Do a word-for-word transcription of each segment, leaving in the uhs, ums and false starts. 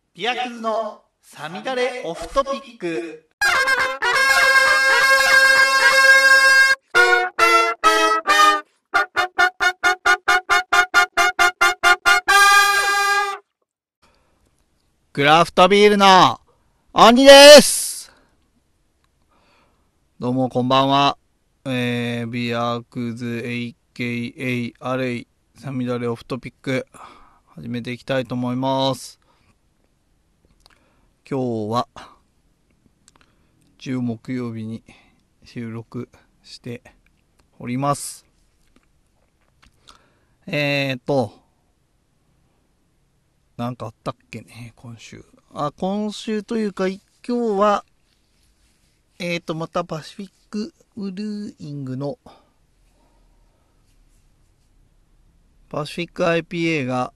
ビアクズのさみだれオフトピック。クラフトビールの鬼です。どうもこんばんは。えー、ビアクズ エーケーエー アレイさみだれオフトピック始めていきたいと思います。今日はじゅう木曜日に収録しております。えーとなんかあったっけね今週。あ、今週というか今日はえーとまたパシフィックブルーイングのパシフィック アイピーエー が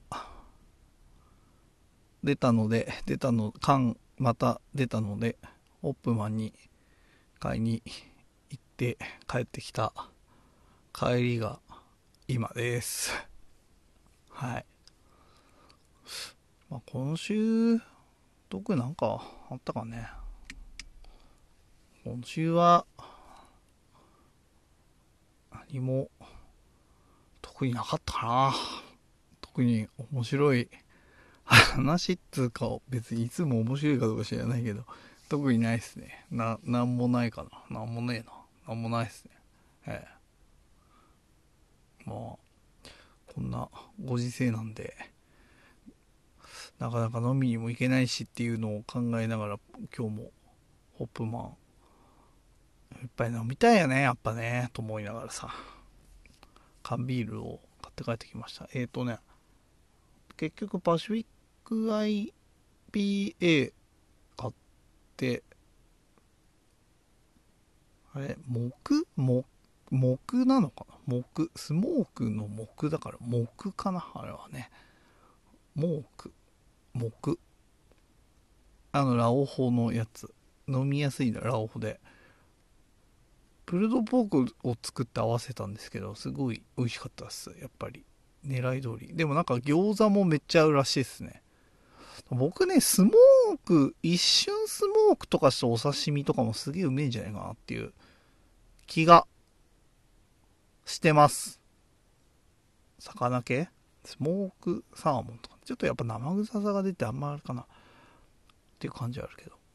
出たので出たの缶また出たのでオープンマンに買いに行って帰ってきた帰りが今です。はい。まあ、今週特になんかあったかね。今週は何も特になかったかな。特に面白い話っつうか別にいつも面白いかどうか知らないけど特にないですね。な、なんもないかな。なんもねえな。なんもないですね。ええ。まあこんなご時世なんでなかなか飲みにも行けないしっていうのを考えながら今日もホップマンいっぱい飲みたいよねやっぱねと思いながらさ缶ビールを買って帰ってきました。えーとね結局パシフィック アイピーエー 買ってあれ木木木なのかな。木スモークの木だから木かなあれはね。モーク木あのラオホのやつ飲みやすいのラオホでプルドポークを作って合わせたんですけどすごい美味しかったです。やっぱり狙い通り。でもなんか餃子もめっちゃ合うらしいですね。僕ねスモーク一瞬スモークとかしてお刺身とかもすげえうめえんじゃないかなっていう気がしてます。魚系スモークサーモンとかちょっとやっぱ生臭さが出てあんまあれかなっていう感じはあるけど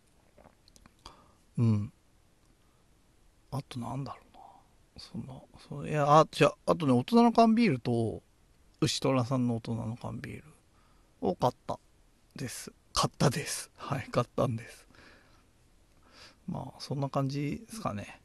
うんあとなんだろうなそんなそいやあじゃあとね大人の缶ビールと牛虎さんの大人の缶ビールを買ったです買ったですはい買ったんです。まあそんな感じですかね。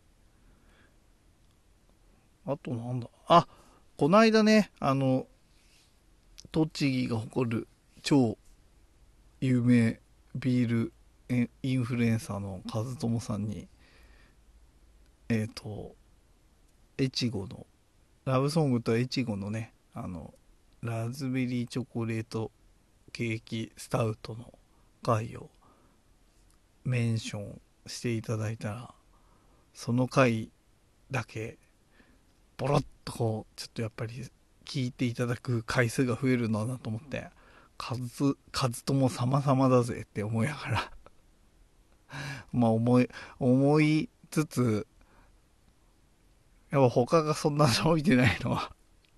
あとなんだあこないだねあの栃木が誇る超有名ビールインフルエンサーの和友さんにえっと越後のラブソングと越後のねあのラズベリーチョコレートケーキスタウトの回をメンションしていただいたらその回だけボロッとこうちょっとやっぱり聞いていただく回数が増えるのだなと思ってカズカズとも様々だぜって思いながらまあ思い思いつつやっぱ他がそんな伸びてないのは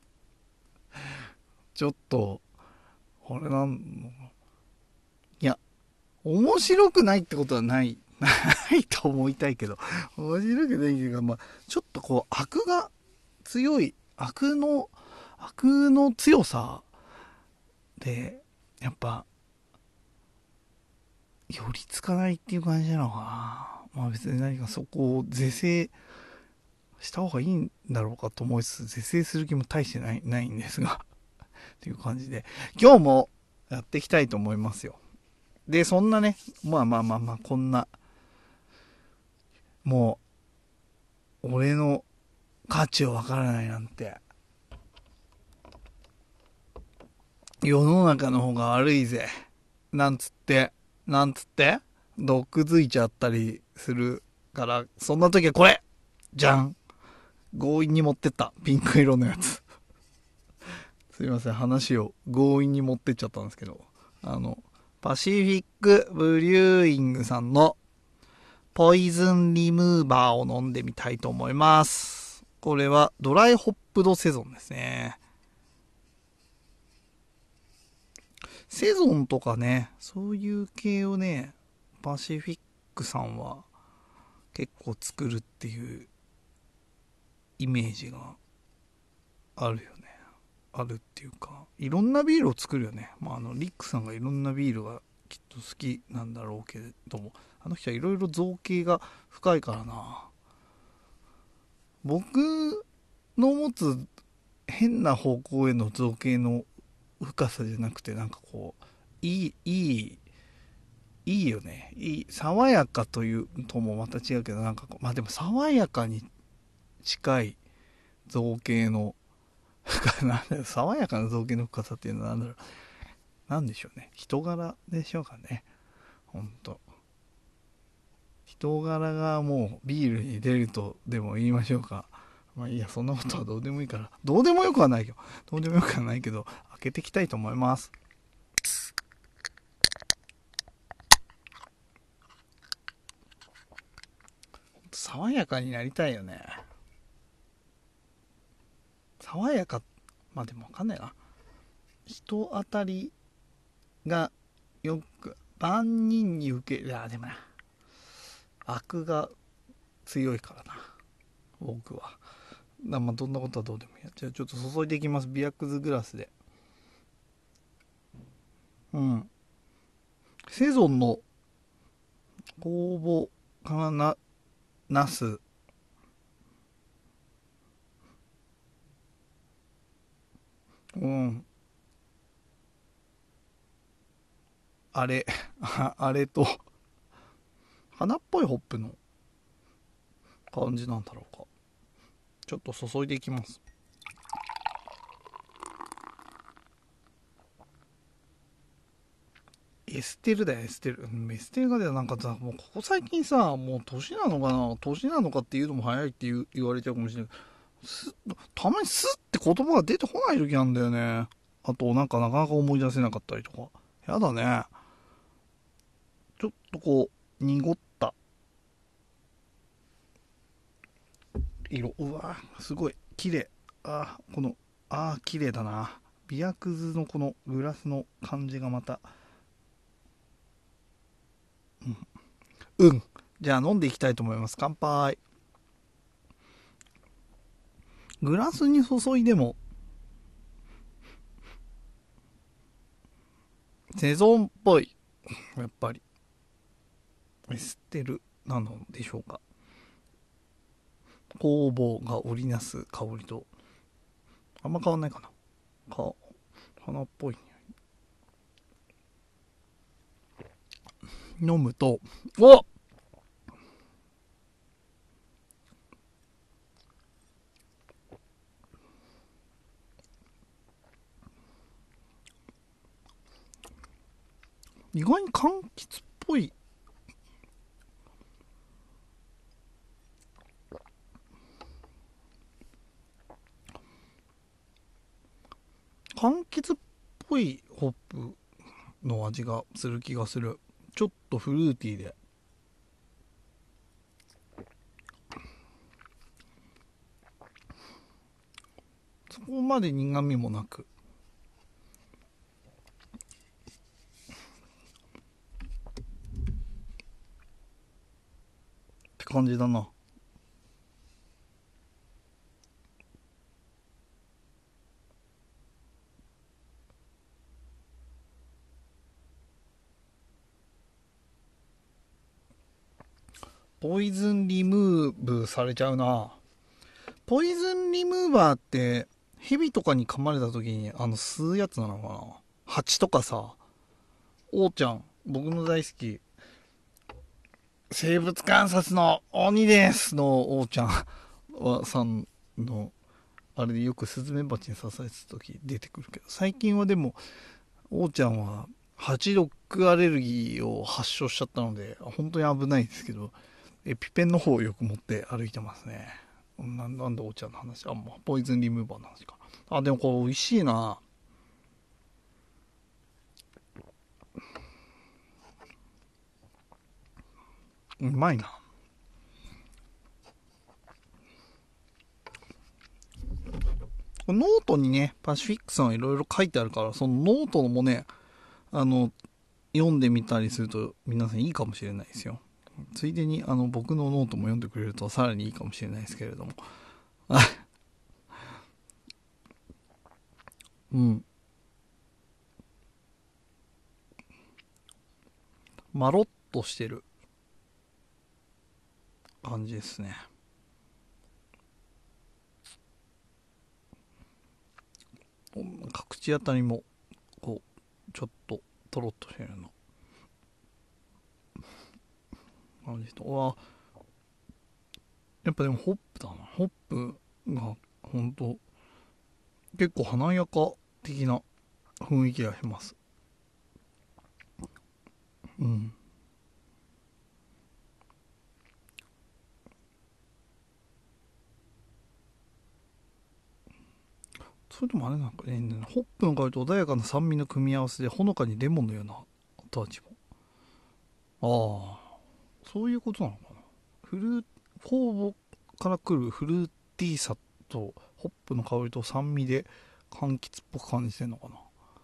ちょっとあれなんのいや面白くないってことはないないと思いたいけど面白くないけどまあちょっとこう悪が強い悪の悪の強さでやっぱ寄りつかないっていう感じなのかな。まあ別に何かそこを是正した方がいいんだろうかと思いつつ是正する気も大してないないんですがっていう感じで今日もやっていきたいと思いますよ。でそんなねまあまあまあまあこんなもう俺の価値をわからないなんて世の中の方が悪いぜなんつってなんつって毒づいちゃったりするからそんな時はこれじゃん強引に持ってったピンク色のやつすいません話を強引に持ってっちゃったんですけどあのパシフィックブリューイングさんのポイズンリムーバーを飲んでみたいと思います。これはドライホップドセゾンですね。セゾンとかね、そういう系をね、パシフィックさんは結構作るっていうイメージがあるよね。あるっていうか、いろんなビールを作るよね。まあ、あのリックさんがいろんなビールがきっと好きなんだろうけれども、あの人はいろいろ造形が深いからな。僕の持つ変な方向への造形の深さじゃなくて、なんかこういいいいいいよね。いい、爽やかというともまた違うけど、なんかこう、まあでも爽やかに近い造形の深なんだよ、爽やかな造形の深さっていうのはなんだろう、なんでしょうね、人柄でしょうかね。ほんと人柄がもうビールに出るとでも言いましょうか。まあいいや、そんなことはどうでもいいから、どうでもよくはないよ、どうでもよくはないけど、開けていきたいと思います。爽やかになりたいよね。爽やか、まあでもわかんないな。人当たりがよく万人に受け、いやでもな、悪が強いからな、僕は。だまあどんなことはどうでもいいや。じゃあちょっと注いでいきます。ビアクズグラスで。うん。セゾンの酵母かな、ナス。うん。あれ、あれと、花っぽいホップの感じなんだろうか。ちょっと注いでいきます。エステルだよ、エステル。エステルがだよ、なんかさ、もうここ最近さ、もう年なのかな、年なのかっていうのも早いって言う言われちゃうかもしれないけど、すたまにスッって言葉が出てこない時なんだよね。あと、なんかなかなか思い出せなかったりとか。やだね。ちょっとこう、濁った色。うわすごい、綺麗。あー、この、あー、綺麗だな。ビアクズのこのグラスの感じがまた、うん。じゃあ飲んでいきたいと思います。乾杯。グラスに注いでも、セゾンっぽい。やっぱり。エステルなのでしょうか。酵母が織りなす香りと、あんま変わんないかな。か、花っぽい匂い。飲むと、お意外に柑橘っぽい。柑橘っぽいホップの味がする気がする。ちょっとフルーティーで。そこまで苦味もなく。って感じだな。ポイズンリムーブされちゃうな。ポイズンリムーバーって、蛇とかに噛まれた時にあの吸うやつなのかな。蜂とかさ、おーちゃん、僕の大好き、生物観察の鬼ですのおーちゃんはさんの、あれでよくスズメバチに刺されてた時出てくるけど、最近はでも、おーちゃんは、ハチドッグアレルギーを発症しちゃったので、本当に危ないんですけど、エピペンの方をよく持って歩いてますね。ななんでおーちゃんの話、あ、もうポイズンリムーバーの話か。あ、でもこれ美味しいな。 うまいな。ノートにね、パシフィックさんいろいろ書いてあるから、そのノートのもね、あの、読んでみたりすると皆さんいいかもしれないですよ。ついでにあの僕のノートも読んでくれるとさらにいいかもしれないですけれども。うん。まろっとしてる感じですね。口当たりもこうちょっととろっとしてるの感じと、わやっぱでもホップだな。ホップがほんと結構華やか的な雰囲気がします。うん。それでもあれなんかね、ホップの香りと穏やかな酸味の組み合わせでほのかにレモンのような後味も。ああ、そういうことなのかな。フルー、酵母から来るフルーティーさとホップの香りと酸味で柑橘っぽく感じてんのかな。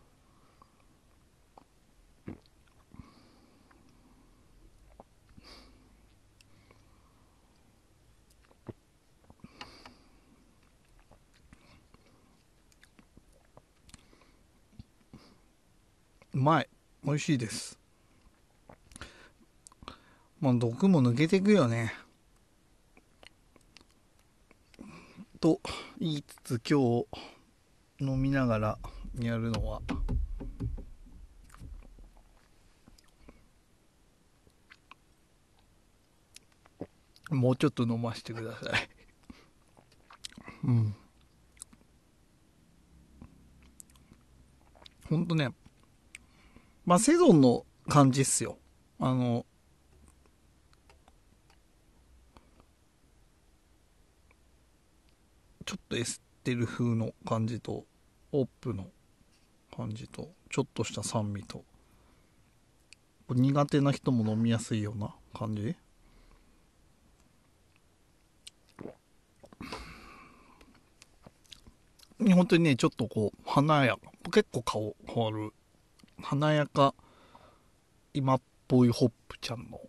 うまい。美味しいです。まあ毒も抜けていくよね。と言いつつ今日飲みながらやるのはもうちょっと飲ませてください。うん。ほんとね、まあセゾンの感じっすよ。あの、ちょっとエステル風の感じと、オープの感じと、ちょっとした酸味と、苦手な人も飲みやすいような感じ。本当にね、ちょっとこう、華やか、結構顔変わる、華やか、今っぽいホップちゃんの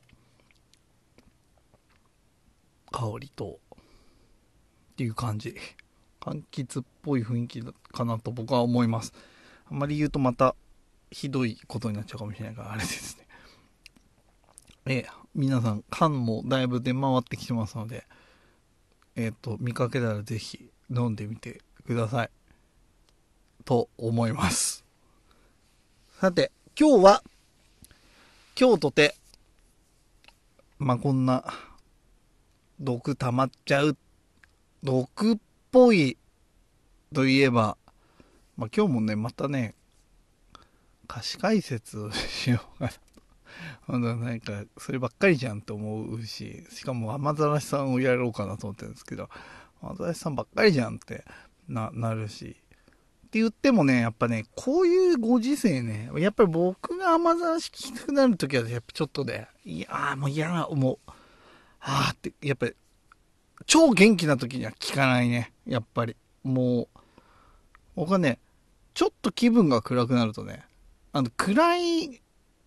香りと、っていう感じ。柑橘っぽい雰囲気かなと僕は思います。あんまり言うとまたひどいことになっちゃうかもしれないからあれですね。えー、皆さん缶もだいぶ出回ってきてますので、えっ、ー、と見かけたらぜひ飲んでみてくださいと思います。さて今日は今日とてまあこんな毒溜まっちゃう毒っぽいといえば、まあ、今日もねまたね歌詞解説をしようかな。ほんとなんかそればっかりじゃんと思うし、しかも雨ざらしさんをやろうかなと思ってるんですけど、雨ざらしさんばっかりじゃんってななるし、って言ってもねやっぱねこういうご時世ね、やっぱり僕が雨ざらし聞きたくなるときはやっぱちょっとね、いやもう嫌な、もうはあってやっぱり超元気な時には聞かないね。やっぱりもう僕はねちょっと気分が暗くなるとね、あの暗い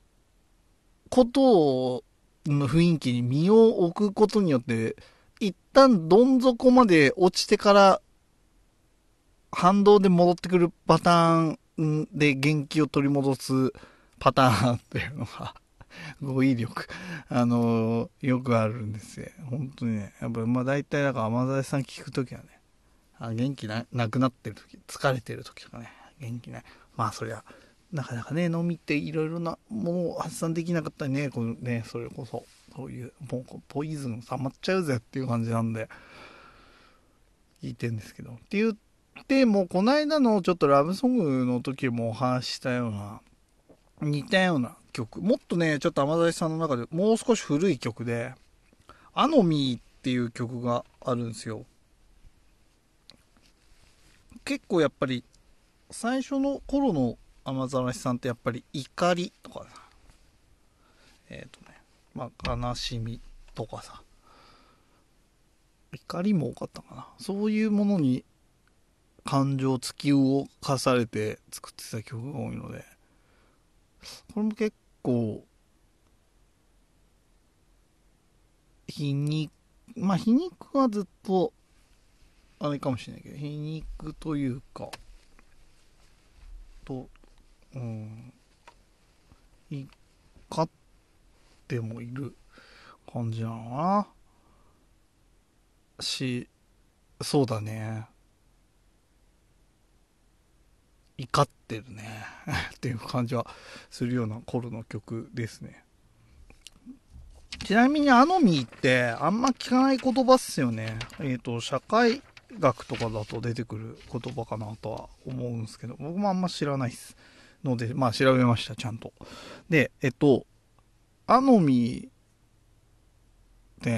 ことをの雰囲気に身を置くことによって一旦どん底まで落ちてから反動で戻ってくるパターンで元気を取り戻すパターンっていうのが語彙力あのー、よくあるんですよ。本当にね、やっぱまあ大体だから天沢さん聞くときはね、あ元気ななくなってるとき、疲れてるときとかね、元気ない、まあそりゃなかなかね飲みっていろいろなものを発散できなかったりね、このねそれこそそういうもうポイズン溜まっちゃうぜっていう感じなんで聞いてんですけど、って言ってもこの間のちょっとラブソングの時もお話ししたような似たような曲、もっとねちょっと天崎さんの中でもう少し古い曲でアノミーっていう曲があるんですよ。結構やっぱり最初の頃の雨ざらしさんってやっぱり怒りとかえっ、ー、とねまあ悲しみとかさ、怒りも多かったかな。そういうものに感情を突き動かされて作ってた曲が多いので、これも結構皮肉、まあ皮肉はずっとあれかもしれないけど、皮肉というかと、うん、怒ってもいる感じなのかなし、そうだね、怒ってるねっていう感じはするような頃の曲ですね。ちなみにアノミーってあんま聞かない言葉っすよね。えっ、と、社会学とかだと出てくる言葉かなとは思うんですけど、僕もあんま知らないっす。ので、まあ調べました、ちゃんと。で、えっと、アノミーって、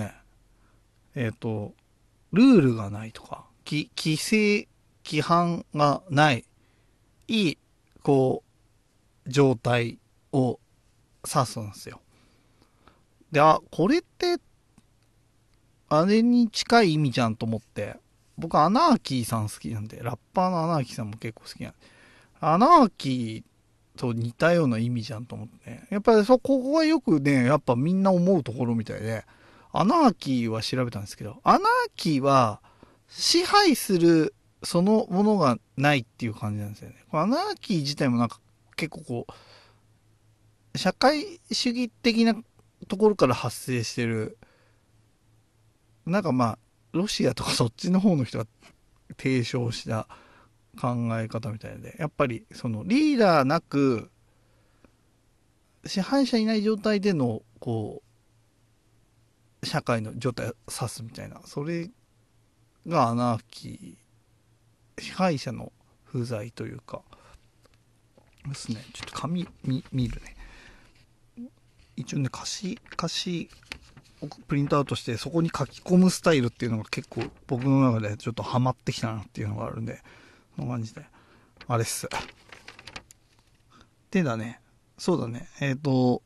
えっと、ルールがないとか、き規制、規範がない、いい、こう、状態を指すんですよ。で、あ、これって、あれに近い意味じゃんと思って、僕アナーキーさん好きなんで、ラッパーのアナーキーさんも結構好きなんで、アナーキーと似たような意味じゃんと思ってね。やっぱりそここがよくね、やっぱみんな思うところみたいで、アナーキーは調べたんですけど、アナーキーは支配するそのものがないっていう感じなんですよね。アナーキー自体もなんか結構こう、社会主義的なところから発生してる、なんかまあ、ロシアとかそっちの方の人が提唱した考え方みたいで、やっぱりそのリーダーなく、支配者いない状態での、こう、社会の状態を指すみたいな、それがアナーキー、支配者の不在というか、ですね。ちょっと紙見見るね。一応ね、歌詞、歌詞をプリントアウトして、そこに書き込むスタイルっていうのが結構僕の中でちょっとハマってきたなっていうのがあるんで、こんな感じで。あれっす。でだね、そうだね、えっ、ー、と、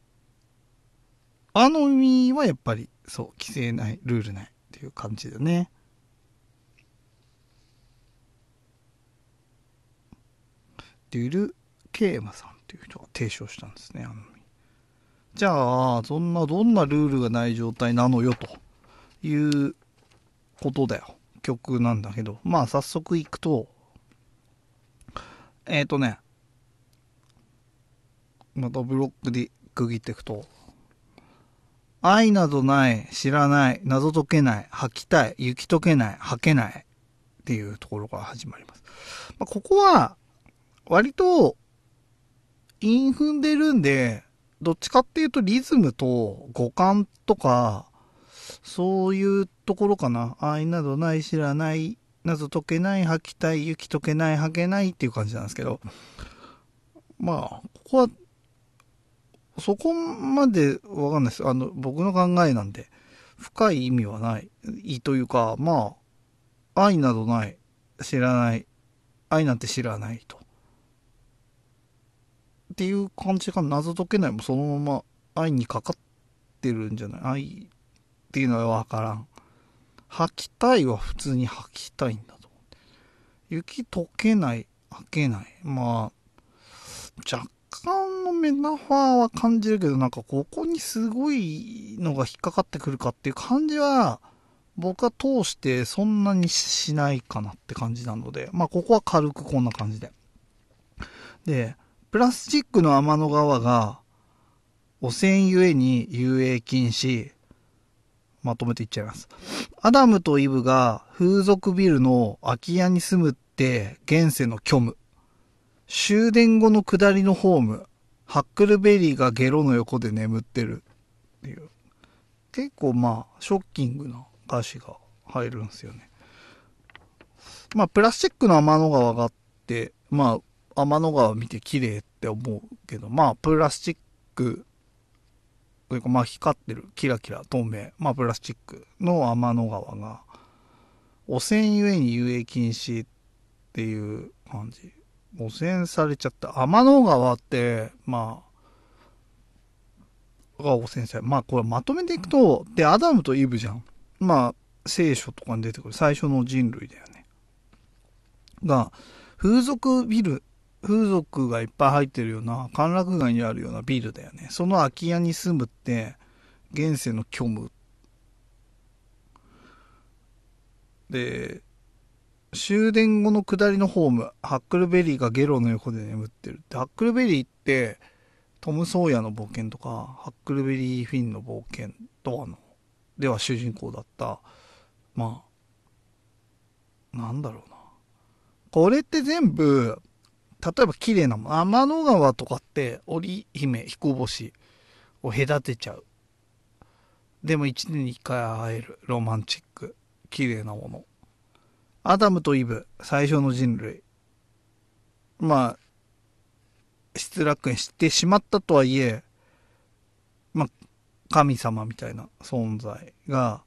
あの意味はやっぱり、そう、規制ない、ルールないっていう感じだね。デュル・ケーマさんっていう人が提唱したんですね、あの意味。じゃあ、そんな、どんなルールがない状態なのよ、ということだよ。曲なんだけど。まあ、早速行くと、えっ、ー、とね、またブロックで区切っていくと、愛などない、知らない、謎解けない、吐きたい、雪解けない、吐けないっていうところから始まります。まあ、ここは、割と、韻踏んでるんで、どっちかっていうとリズムと語感とか、そういうところかな。愛などない、知らない、謎解けない、吐きたい、雪解けない、吐けないっていう感じなんですけど、まあ、ここは、そこまでわかんないです。あの、僕の考えなんで、深い意味はない。いいというか、まあ、愛などない、知らない、愛なんて知らないと。っていう感じが謎解けないもそのまま愛にかかってるんじゃない愛っていうのはわからん。吐きたいは普通に吐きたいんだと思って。雪解けない、吐けない。まあ、若干のメタファーは感じるけど、なんかここにすごいのが引っかかってくるかっていう感じは、僕は通してそんなにしないかなって感じなので、まあここは軽くこんな感じで。で、プラスチックの天の川が、汚染ゆえに遊泳禁止。まとめていっちゃいます。アダムとイブが風俗ビルの空き家に住むって現世の虚無。終電後の下りのホーム。ハックルベリーがゲロの横で眠ってるっていう。結構まあ、ショッキングな歌詞が入るんですよね。まあ、プラスチックの天の川があって、まあ、天の川見て綺麗って思うけど、まあ、プラスチックというか、まあ光ってる、キラキラ透明、まあプラスチックの天の川が、汚染ゆえに遊泳禁止っていう感じ。汚染されちゃった。天の川って、まあ、 が汚染される。まあこれまとめていくと、で、アダムとイブじゃん。まあ、聖書とかに出てくる最初の人類だよね。が、風俗ビル、風俗がいっぱい入ってるような、歓楽街にあるようなビルだよね。その空き家に住むって、現世の虚無。で、終電後の下りのホーム、ハックルベリーがゲロの横で眠ってる。で、ハックルベリーって、トム・ソーヤの冒険とか、ハックルベリー・フィンの冒険とかの、では主人公だった、まあ、なんだろうな。これって全部、例えば綺麗なもん、天の川とかって織姫、彦星を隔てちゃう。でも一年に一回会える、ロマンチック、綺麗なもの。アダムとイブ、最初の人類。まあ、失楽園してしまったとはいえ、まあ、神様みたいな存在が、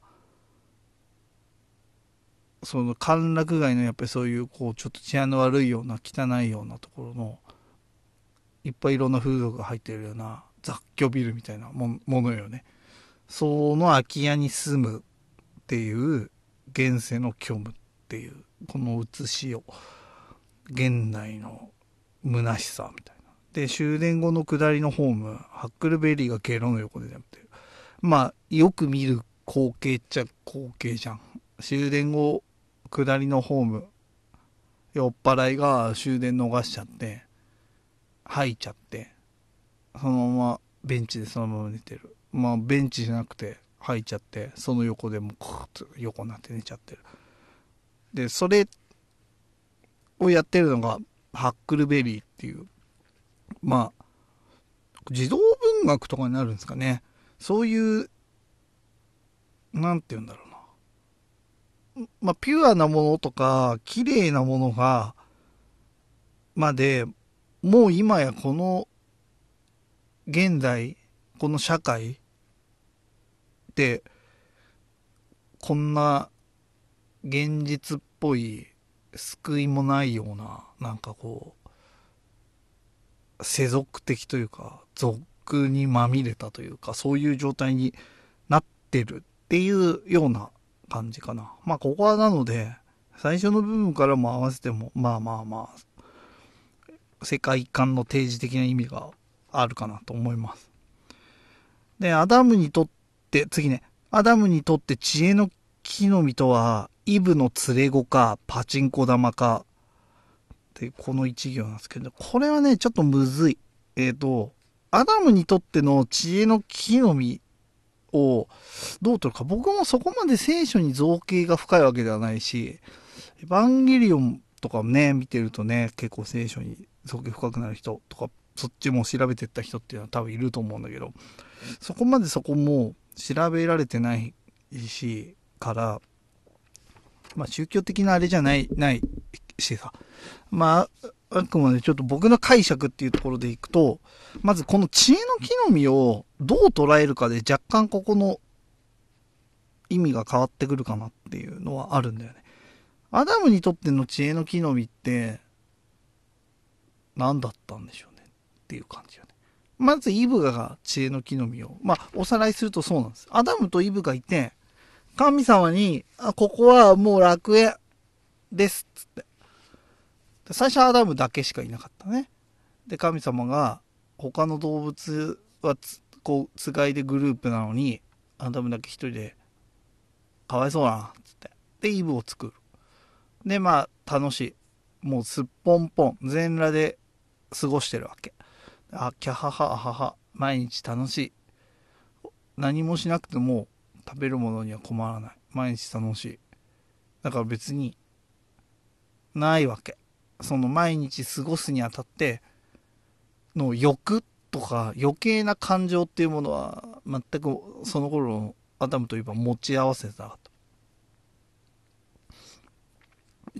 その歓楽街のやっぱりそういうこうちょっと治安の悪いような汚いようなところのいっぱいいろんな風俗が入ってるような雑居ビルみたいなものよね。その空き家に住むっていう現世の虚無っていうこの写しを現代の虚しさみたいな。で終電後の下りのホーム、ハックルベリーがゲロの横で眠ってる。まあよく見る光景っちゃ光景じゃん。終電後下りのホーム、酔っ払いが終電逃しちゃって吐いちゃってそのままベンチでそのまま寝てる。まあベンチじゃなくて吐いちゃってその横でもうクーッと横になって寝ちゃってる。でそれをやってるのがハックルベリーっていうまあ児童文学とかになるんですかね。そういうなんて言うんだろうな、まあピュアなものとか綺麗なものがまでもう今やこの現代この社会でこんな現実っぽい救いもないようななんかこう世俗的というか俗にまみれたというかそういう状態になってるっていうような感じかな。まあここはなので最初の部分からも合わせてもまあまあまあ世界観の提示的な意味があるかなと思います。でアダムにとって次ねアダムにとって知恵の木の実とはイブの連れ子かパチンコ玉かってこの一行なんですけどこれはねちょっとむずい。えっとアダムにとっての知恵の木の実をどう取るか僕もそこまで聖書に造形が深いわけではないしエヴァンゲリオンとかね見てるとね結構聖書に造形深くなる人とかそっちも調べてった人っていうのは多分いると思うんだけどそこまでそこも調べられてないしからまあ宗教的なあれじゃないないしさまああくまでちょっと僕の解釈っていうところでいくとまずこの知恵の木の実をどう捉えるかで若干ここの意味が変わってくるかなっていうのはあるんだよね。アダムにとっての知恵の木の実って何だったんでしょうねっていう感じよね。まずイブが知恵の木の実をまあおさらいするとそうなんです。アダムとイブがいて神様にあここはもう楽園ですっつって最初はアダムだけしかいなかったね。で神様が他の動物はつこうつがいでグループなのにアダムだけ一人でかわいそうだなっつってでイブを作る。でまあ楽しいもうすっぽんぽん全裸で過ごしてるわけ。あキャハハアハハ毎日楽しい何もしなくても食べるものには困らない毎日楽しいだから別にないわけ。その毎日過ごすにあたっての欲とか余計な感情っていうものは全くその頃のアダムといえば持ち合わせてなかった。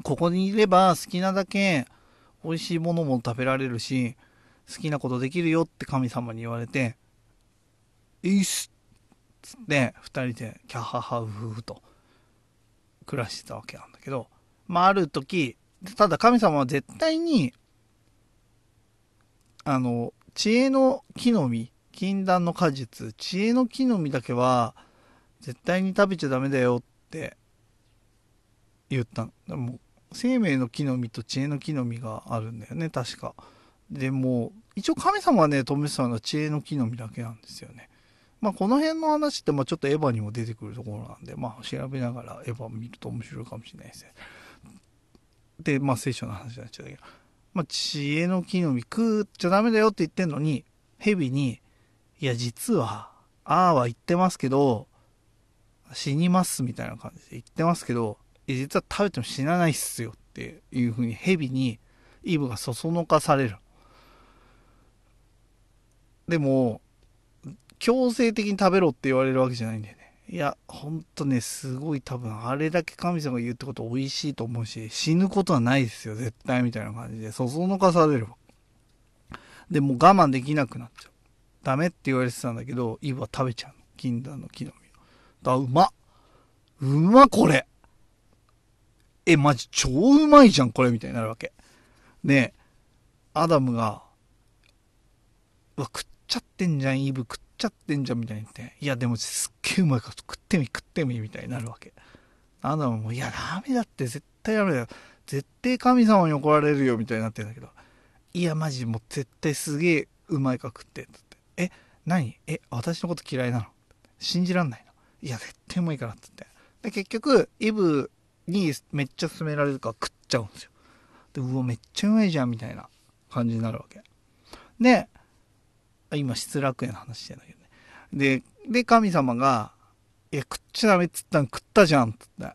ここにいれば好きなだけ美味しいものも食べられるし好きなことできるよって神様に言われていいっすっつって二人でキャハハウフフと暮らしてたわけなんだけどまあある時ただ神様は絶対にあの知恵の木の実禁断の果実、知恵の木の実だけは絶対に食べちゃダメだよって言ったの。でも生命の木の実と知恵の木の実があるんだよね、確か。でも一応神様はね止めてたのは知恵の木の実だけなんですよね。まあこの辺の話ってまあちょっとエヴァにも出てくるところなんで、まあ調べながらエヴァを見ると面白いかもしれないですね。でまあ聖書の話になっちゃうけど、まあ知恵の木の実食っちゃダメだよって言ってんのに、蛇にいや実はああは言ってますけど死にますみたいな感じで言ってますけど、実は食べても死なないっすよっていう風に蛇にイブがそそのかされる。でも強制的に食べろって言われるわけじゃないんだよね。いやほんとね、すごい多分あれだけ神様が言うってことは美味しいと思うし、死ぬことはないですよ絶対みたいな感じでそそのかされる。でもう我慢できなくなっちゃう。ダメって言われてたんだけどイブは食べちゃうの、禁断の木の実を。だうまっうまこれえマジ超うまいじゃんこれみたいになるわけで、アダムがうわ食っちゃってんじゃんイブ食っちゃってんじゃんみたいに言って、いやでもすっげえうまいから食ってみ食ってみみたいになるわけ。アダムもいやダメだって絶対ダメだよ絶対神様に怒られるよみたいになってんだけど、いやマジもう絶対すげえうまいから食ってって。え何え私のこと嫌いなの信じらんないの、いや絶対うまいからっつって、で結局イブにめっちゃ勧められるから食っちゃうんですよ。でうわめっちゃうまいじゃんみたいな感じになるわけで、今失楽園の話してんだけどね。でで神様がいや食っちゃダメっつったん食ったじゃんっつって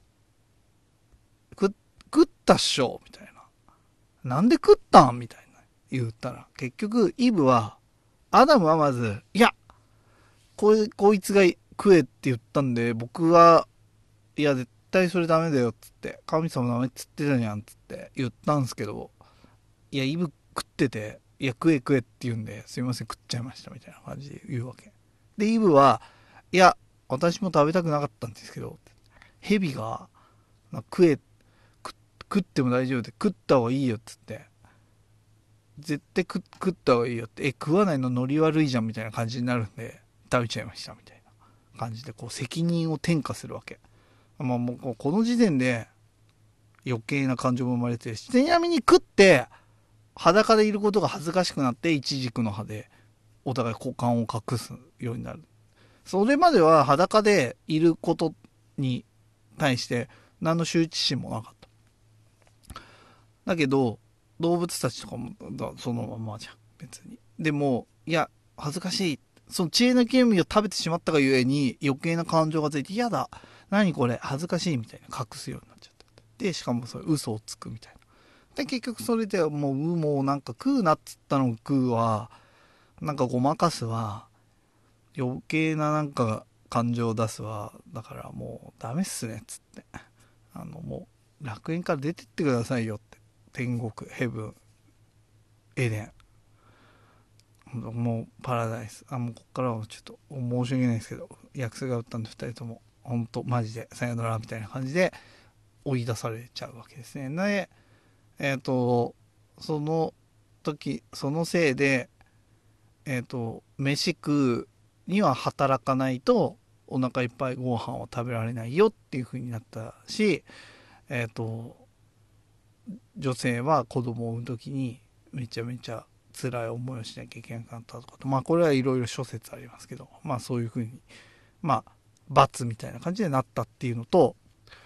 食食ったっしょみたいな、なんで食ったんみたいな言ったら、結局イブはアダムはまずいやこいこいつが食えって言ったんで僕はいや絶対それダメだよっつって、神様ダメっつってたじゃんっつって言ったんすけど、いやイブ食ってていや食え食えって言うんですいません食っちゃいましたみたいな感じで言うわけで、イブはいや私も食べたくなかったんですけど、ヘビが食え食っても大丈夫で食った方がいいよっつって、絶対食食った方がいいよって、え食わないのノリ悪いじゃんみたいな感じになるんで食べちゃいましたみたいな感じでこう責任を転嫁するわけ。まあもうこの時点で余計な感情も生まれて、ちなみに食って裸でいることが恥ずかしくなってイチジクの葉でお互い股間を隠すようになる。それまでは裸でいることに対して何の羞恥心もなかった。だけど動物たちとかもそのままじゃん別に。でもいや恥ずかしい、その知恵の木の実を食べてしまったがゆえに余計な感情がついて、嫌だ何これ恥ずかしいみたいな隠すようになっちゃった。でしかもそれ嘘をつくみたいな。で結局それでもうもうなんか食うなっつったの食うわ、なんかごまかすわ、余計ななんか感情を出すわ、だからもうダメっすねっつって、あのもう楽園から出てってくださいよって、天国ヘブンエデンもうパラダイス、あもうこっからはちょっと申し訳ないですけど役者が打ったんでふたりとも本当マジでさよならみたいな感じで追い出されちゃうわけですね。でえっ、ー、とその時そのせいでえっ、ー、と飯食うには働かないとお腹いっぱいご飯を食べられないよっていう風になったし、えっ、ー、と女性は子供を産む時にめちゃめちゃ辛い思いをしなきゃいけなかったとかと、まあこれはいろいろ諸説ありますけど、まあそういう風にまあ罰みたいな感じでなったっていうのと、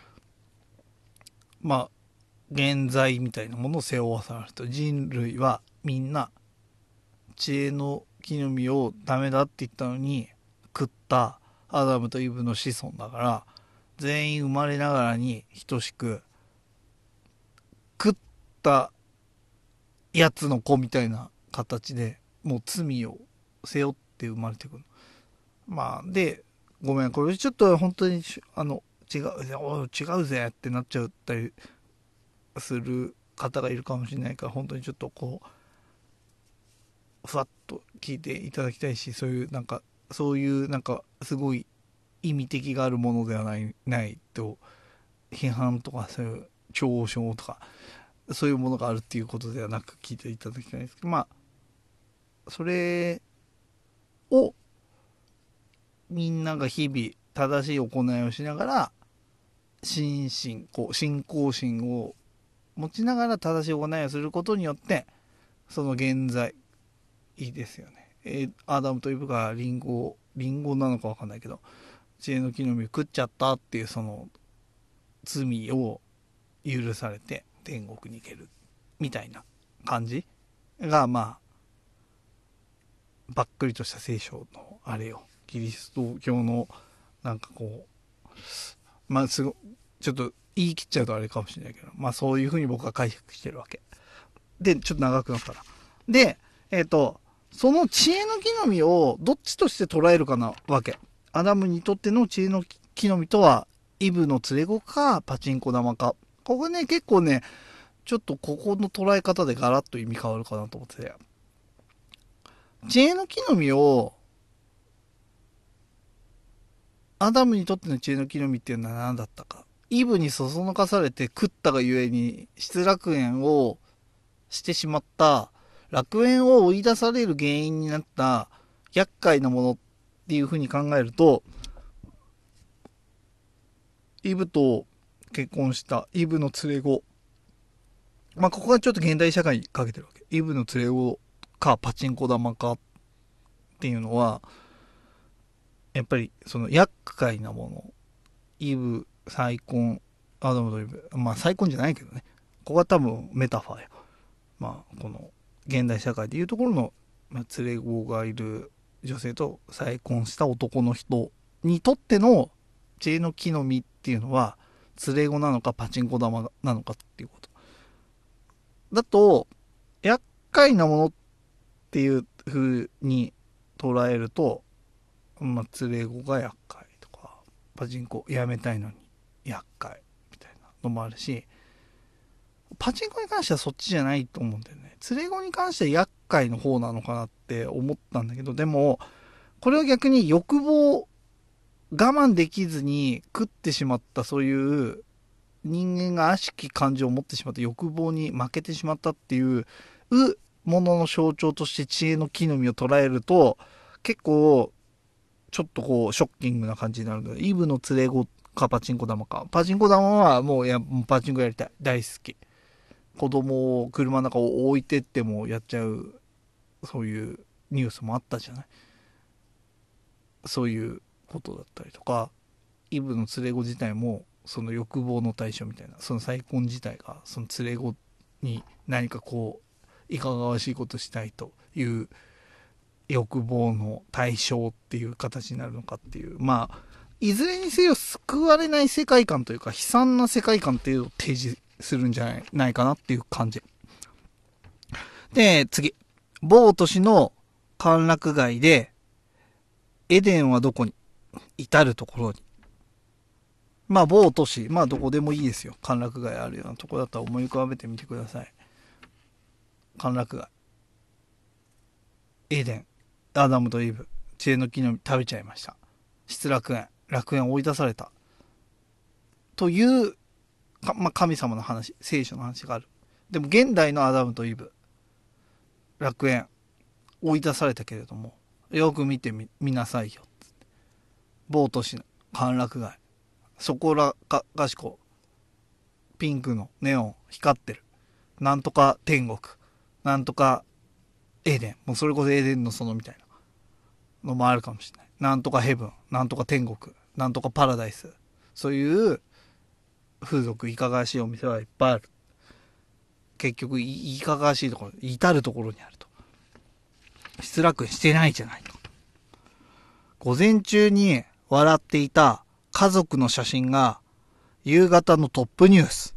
まあ現在みたいなものを背負わされると、人類はみんな知恵の木の実をダメだって言ったのに食ったアダムとイブの子孫だから、全員生まれながらに等しく食ったやつの子みたいな形でもう罪を背負って生まれてくる。まあでごめんこれちょっと本当にあの違うお違うぜってなっちゃったりする方がいるかもしれないから、本当にちょっとこうふわっと聞いていただきたいし、そういうなんかそういうなんかすごい意味的があるものではないないと批判とかそういう嘲笑とかそういうものがあるっていうことではなく聞いていただきたいんですけど、まあそれみんなが日々正しい行いをしながら、心身、こう、信仰心を持ちながら正しい行いをすることによって、その現在、いいですよね。えー、アダムとイブがリンゴを、リンゴなのかわかんないけど、知恵の木の実を食っちゃったっていうその罪を許されて天国に行けるみたいな感じが、まあ、ばっくりとした聖書のあれよ。キリスト教のなんかこう、まあすご、ちょっと言い切っちゃうとあれかもしれないけど、まあそういうふうに僕は解釈してるわけ。で、ちょっと長くなったな。で、えっと、その知恵の木の実をどっちとして捉えるかなわけ。アダムにとっての知恵の木の実とは、イブの連れ子か、パチンコ玉か。ここね、結構ね、ちょっとここの捉え方でガラッと意味変わるかなと思ってて。知恵の木の実を、アダムにとっての知恵の木の実っていうのは何だったか。イブにそそのかされて食ったがゆえに、失楽園をしてしまった、楽園を追い出される原因になった厄介なものっていうふうに考えると、イブと結婚したイブの連れ子。まあ、ここがちょっと現代社会にかけてるわけ。イブの連れ子かパチンコ玉かっていうのは、やっぱりその厄介なもの。イブ、再婚、アダムとイブ。まあ再婚じゃないけどね。ここは多分メタファーよ。まあこの現代社会でいうところの、まあ、連れ子がいる女性と再婚した男の人にとっての知恵の木の実っていうのは、連れ子なのかパチンコ玉なのかっていうこと。だと、厄介なものっていう風に捉えると、まあ、連れ子が厄介とか、パチンコやめたいのに厄介みたいなのもあるし、パチンコに関してはそっちじゃないと思うんだよね。連れ子に関しては厄介の方なのかなって思ったんだけど、でも、これは逆に欲望、我慢できずに食ってしまったそういう人間が悪しき感情を持ってしまった欲望に負けてしまったっていうものの象徴として知恵の木の実を捉えると、結構ちょっとこうショッキングな感じになるので、イブの連れ子かパチンコ玉か。パチンコ玉はもうやパチンコやりたい、大好き。子供を車の中を置いてってもやっちゃう、そういうニュースもあったじゃない。そういうことだったりとか、イブの連れ子自体もその欲望の対象みたいな、その再婚自体がその連れ子に何かこういかがわしいことしたいという欲望の対象っていう形になるのかっていう、まあいずれにせよ救われない世界観というか悲惨な世界観っていうのを提示するんじゃないないかなっていう感じで、次、某都市の歓楽街でエデンはどこに、至るところに。まあ某都市、まあどこでもいいですよ。歓楽街あるようなとこだったら思い浮かべてみてください。歓楽街、エデン、アダムとイブ、知恵の木の実食べちゃいました。失楽園、楽園を追い出された。という、まあ神様の話、聖書の話がある。でも現代のアダムとイブ、楽園、追い出されたけれども、よく見て み, 見なさいよ。某都市の歓楽街。そこらかがしこ。ピンクのネオン光ってる。なんとか天国。なんとかエーデン。もうそれこそエーデンの園みたいなのもあるかもしれない。なんとかヘブン。なんとか天国。なんとかパラダイス。そういう風俗いかがわしいお店はいっぱいある。結局いかがわしいところ、至るところにあると。失楽園してないじゃないか。午前中に笑っていた家族の写真が夕方のトップニュース。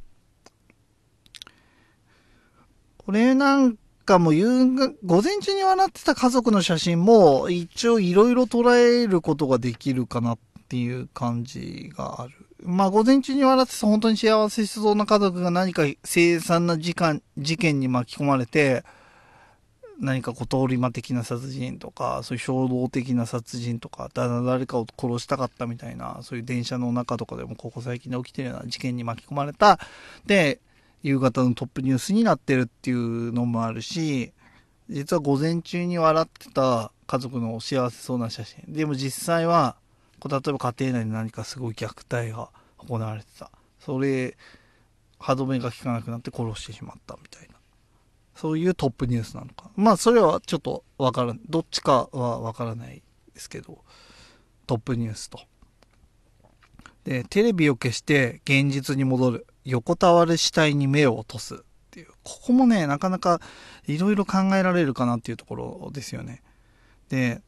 これなんかも夕が午前中に笑ってた家族の写真も一応いろいろ捉えることができるかなっていう感じがある。まあ午前中に笑ってた本当に幸せしそうな家族が何か凄惨な事件、事件に巻き込まれて、何かこう通り魔的な殺人とか、そういう衝動的な殺人とか、誰かを殺したかったみたいな、そういう電車の中とかでもここ最近で起きてるような事件に巻き込まれた。で、夕方のトップニュースになってるっていうのもあるし、実は午前中に笑ってた家族の幸せそうな写真。でも実際はこう例えば家庭内で何かすごい虐待が行われてた。それ、歯止めが効かなくなって殺してしまったみたいな。そういうトップニュースなのか。まあそれはちょっとわからん。どっちかはわからないですけど、トップニュースと。で、テレビを消して現実に戻る。横たわる死体に目を落とすっていう。ここもね、なかなかいろいろ考えられるかなっていうところですよね。で、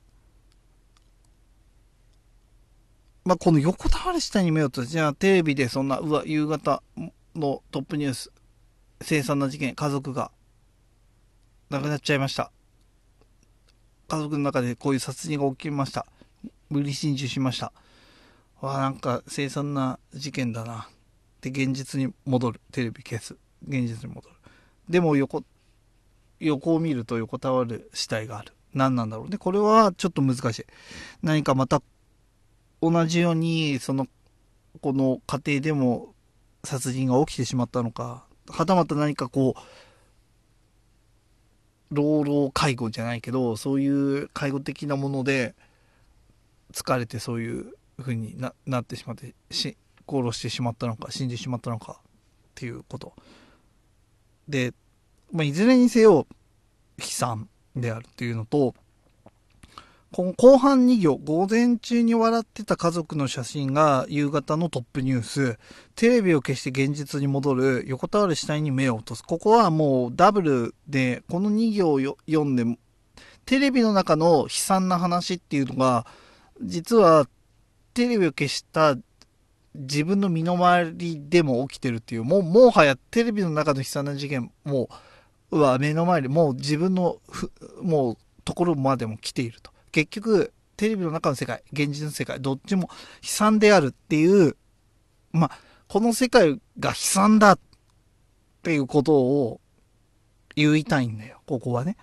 まあこの横たわる死体に目を落とす。じゃあテレビでそんな、うわ、夕方のトップニュース、凄惨な事件、家族が亡くなっちゃいました。家族の中でこういう殺人が起きました。無理心中しました。わあ、なんか凄惨な事件だな。で、現実に戻る。テレビ消す。現実に戻る。でも横、横を見ると横たわる死体がある。何なんだろうね。これはちょっと難しい。何かまた同じように、その、この家庭でも殺人が起きてしまったのか、はたまた何かこう、老老介護じゃないけど、そういう介護的なもので疲れてそういう風に な, なってしまってし殺してしまったのか死んでしまったのかっていうことで、まあ、いずれにせよ悲惨であるっていうのと、この後半に行、午前中に笑ってた家族の写真が夕方のトップニュース、テレビを消して現実に戻る、横たわる死体に目を落とす。ここはもうダブルで、このに行を読んで、テレビの中の悲惨な話っていうのが、実はテレビを消した自分の身の回りでも起きてるっていう、もう、もはやテレビの中の悲惨な事件、もう、うわ、目の前でもう自分のふ、もう、ところまでも来ていると。結局、テレビの中の世界、現実の世界、どっちも悲惨であるっていう、まあ、この世界が悲惨だっていうことを言いたいんだよ、ここはね。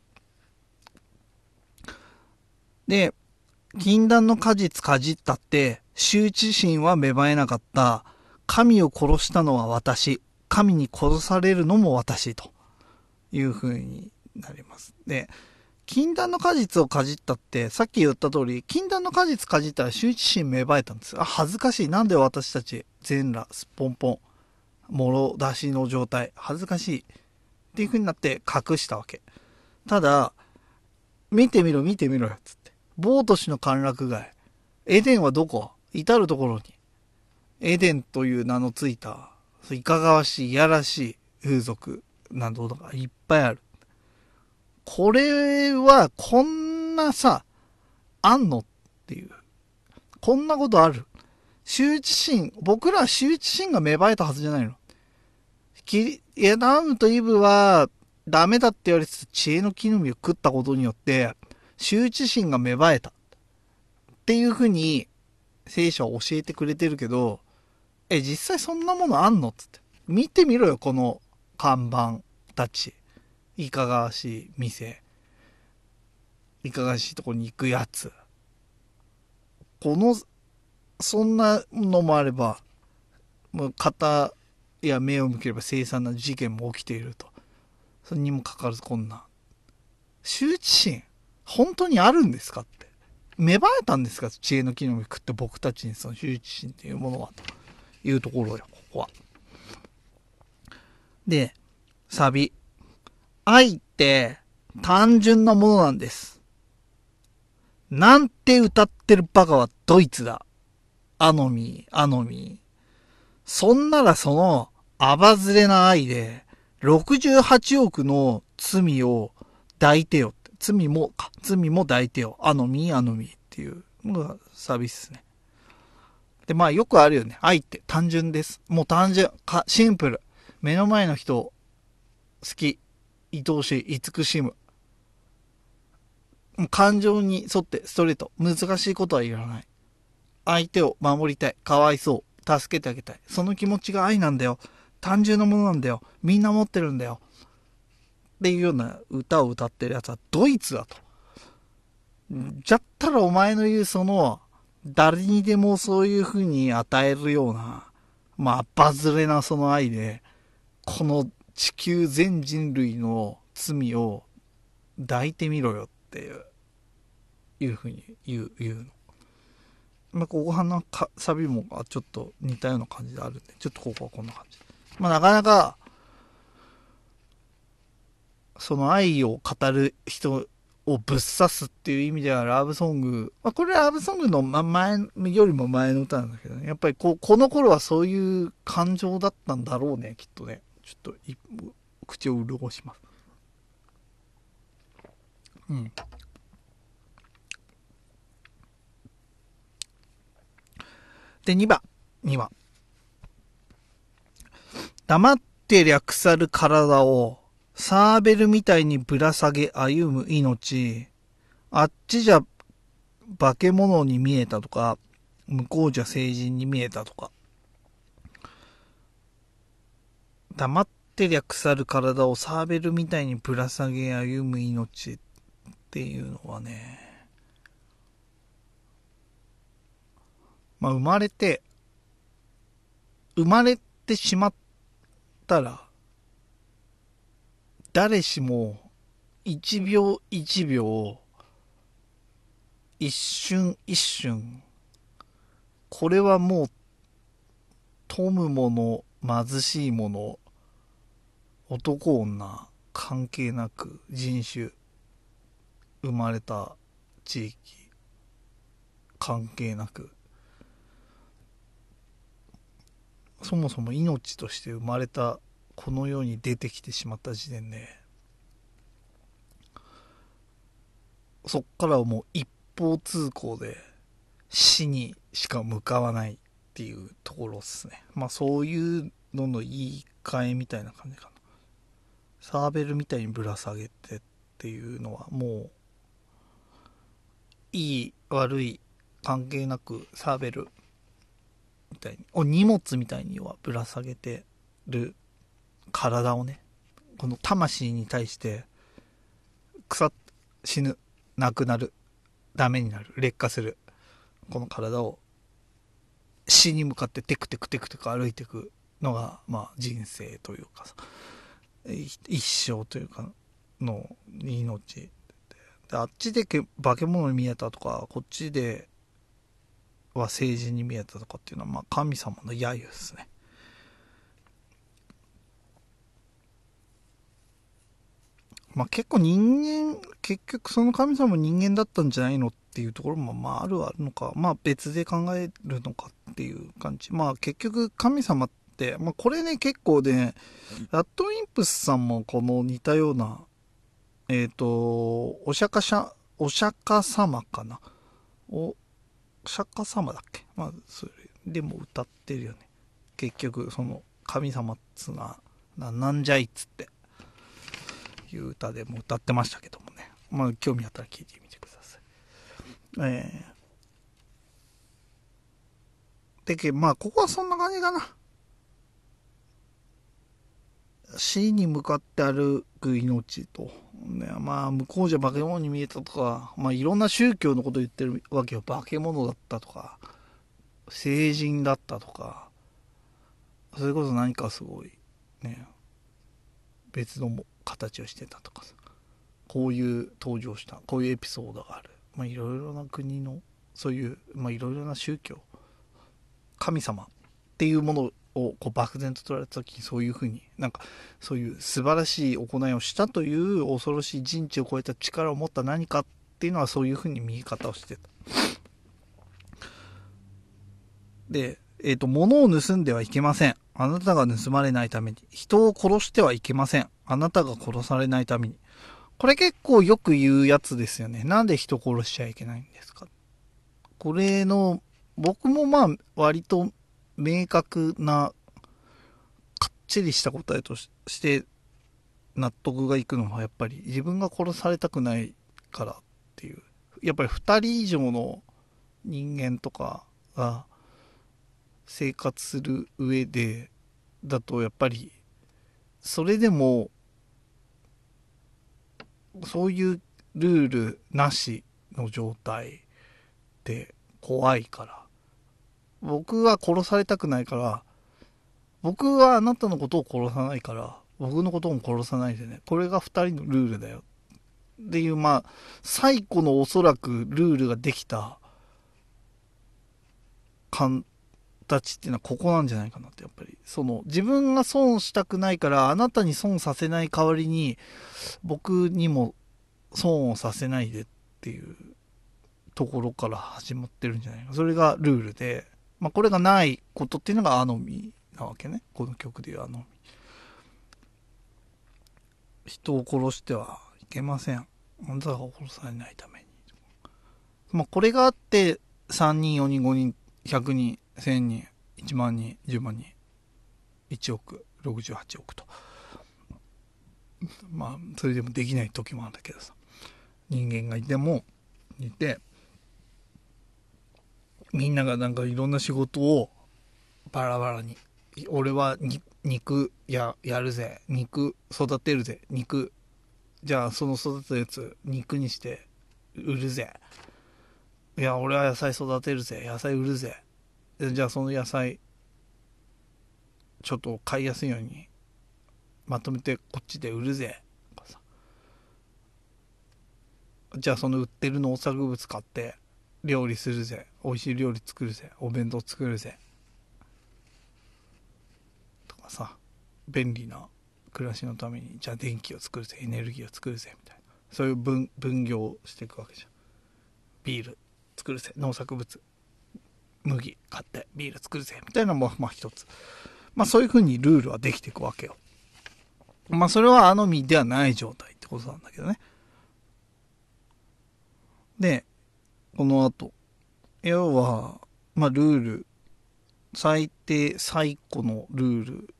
で、禁断の果実かじったって、羞恥心は芽生えなかった。神を殺したのは私。神に殺されるのも私という風になります。で、禁断の果実をかじったって、さっき言った通り、禁断の果実かじったら羞恥心芽生えたんです。あ、恥ずかしい。なんで私たち、全裸、すっぽんぽん、もろ出しの状態、恥ずかしい。っていう風になって隠したわけ。ただ、見てみろ、見てみろよ、つって。ボート氏の歓楽街。エデンはどこ？至るところに。エデンという名のついた、いかがわしい、いやらしい風俗などがいっぱいある。これは、こんなさ、あんのっていう。こんなことある。羞恥心、僕らは羞恥心が芽生えたはずじゃないの。きエダムとイブは、ダメだって言われてた知恵の木の実を食ったことによって、羞恥心が芽生えた。っていうふうに、聖書は教えてくれてるけど、え、実際そんなものあんのつって。見てみろよ、この看板たち。いかがわしい店。いかがわしいとこに行くやつ。この、そんなのもあれば、もう肩や目を向ければ凄惨な事件も起きていると。それにもかかわらずこんな。羞恥心、本当にあるんですかって。芽生えたんですか、知恵の木の実食って僕たちにその羞恥心っていうものは。というところよ、ここは。で、サビ。愛って単純なものなんです。なんて歌ってるバカはドイツだ。アノミー、アノミー。そんならその、アバズレな愛で、ろくじゅうはちおくの罪を抱いてよって。罪もか、罪も抱いてよ。アノミー、アノミーっていうのがサビスね。で、まあよくあるよね。愛って単純です。もう単純、か、シンプル。目の前の人、好き、愛おしい、慈しむ。感情に沿ってストレート。難しいことはいらない。相手を守りたい。かわいそう。助けてあげたい。その気持ちが愛なんだよ。単純なものなんだよ。みんな持ってるんだよ。っていうような歌を歌ってるやつはドイツだと。じゃったらお前の言うその、誰にでもそういう風に与えるような、まあ、バズレなその愛で、この地球全人類の罪を抱いてみろよっていう、いう風に言う、言うの。 まあ、後半のかサビもちょっと似たような感じであるんで、ちょっとここはこんな感じ。まあ、なかなか、その愛を語る人をぶっ刺すっていう意味ではラブソング、まあ、これラブソングの前よりも前の歌なんだけどね、やっぱりここの頃はそういう感情だったんだろうね、きっとね。ちょっと口を潤します。うん。で、にばん。にばん。黙って略さる体をサーベルみたいにぶら下げ歩む命。あっちじゃ化け物に見えたとか、向こうじゃ成人に見えたとか。黙って略さる体をサーベルみたいにぶら下げ歩む命っていうのはね、まあ生まれて、生まれてしまったら、誰しも一秒一秒、一瞬一瞬、これはもう富むもの、貧しいもの、男女関係なく、人種、生まれた地域関係なく、そもそも命として生まれたこの世に出てきてしまった時点で、そっからはもう一方通行で死にしか向かわないっていうところですね。まあそういうのの言い換えみたいな感じかな。サーベルみたいにぶら下げてっていうのはもういい悪い関係なくサーベルみたいにお荷物みたいにはぶら下げてる体をね、この魂に対して腐っ死ぬ、なくなる、ダメになる、劣化するこの体を死に向かってテクテクテクテク歩いていくのがまあ人生というかさ、一生というかの命で、あっちで化け物に見えたとかこっちでは成人に見えたとかっていうのはまあ神様の揶揄ですね。まあ結構人間、結局その神様も人間だったんじゃないのっていうところもまああるはあるのか、まあ別で考えるのかっていう感じ。まあ結局神様って、まあこれね結構ね、ラッドウィンプスさんもこの似たような、えっ、ー、と、お釈迦者、お釈迦様かな。お釈迦様だっけ、まあそれでも歌ってるよね。結局その神様っつうのはな、なんじゃいっつっていう歌でも歌ってましたけどもね。まあ興味あったら聞いてみてください。えー、でけまあここはそんな感じかな。死に向かって歩く命と、ね、まあ向こうじゃ化け物に見えたとか、まあいろんな宗教のこと言ってるわけよ。化け物だったとか聖人だったとか、それこそ何かすごいね、別の形をしてたとかさ、こういう登場したこういうエピソードがある、まあいろいろな国のそういうまあいろいろな宗教、神様っていうものをこう漠然と捉えた時に、そういうふうになんかそういう素晴らしい行いをしたという恐ろしい人知を超えた力を持った何かっていうのはそういうふうに見え方をしてた。で、えっ、ー、と物を盗んではいけません。あなたが盗まれないために。人を殺してはいけません。あなたが殺されないために。これ結構よく言うやつですよね。なんで人殺しちゃいけないんですか。これの僕もまあ割と明確なかっちりした答えとして納得がいくのは、やっぱり自分が殺されたくないからっていう、やっぱりふたり以上の人間とかが生活する上でだと、やっぱりそれでもそういうルールなしの状態って怖いから、僕は殺されたくないから、僕はあなたのことを殺さないから僕のことも殺さないでね、これがふたりのルールだよっていう、まあ最古のおそらくルールができた形っていうのはここなんじゃないかなって。やっぱりその自分が損したくないからあなたに損させない代わりに僕にも損をさせないでっていうところから始まってるんじゃないか。それがルールで、まあこれがないことっていうのがアノミなわけね。この曲でいうアノミ。人を殺してはいけません。あなたが殺されないために。まあこれがあってさんにん、よにん、ごにん、ひゃくにん、せんにん、いちまんにん、じゅうまんにん、いちおく、ろくじゅうはちおくと。まあそれでもできない時もあるんだけどさ。人間がいても、いて、みんながなんかいろんな仕事をバラバラに。俺はに肉ややるぜ。肉育てるぜ。肉。じゃあその育てたやつ肉にして売るぜ。いや俺は野菜育てるぜ。野菜売るぜ。じゃあその野菜ちょっと買いやすいようにまとめてこっちで売るぜ。じゃあその売ってる農作物買って料理するぜ。美味しい料理作るぜ。お弁当作るぜ。とかさ、便利な暮らしのためにじゃあ電気を作るぜ。エネルギーを作るぜみたいな。そういう 分, 分業をしていくわけじゃん。ビール作るぜ。農作物麦買ってビール作るぜみたいなのもまあ一つ。まあそういう風にルールはできていくわけよ。まあそれはアノミではない状態ってことなんだけどね。で、この後、要は、まあルール、最低最古のルール、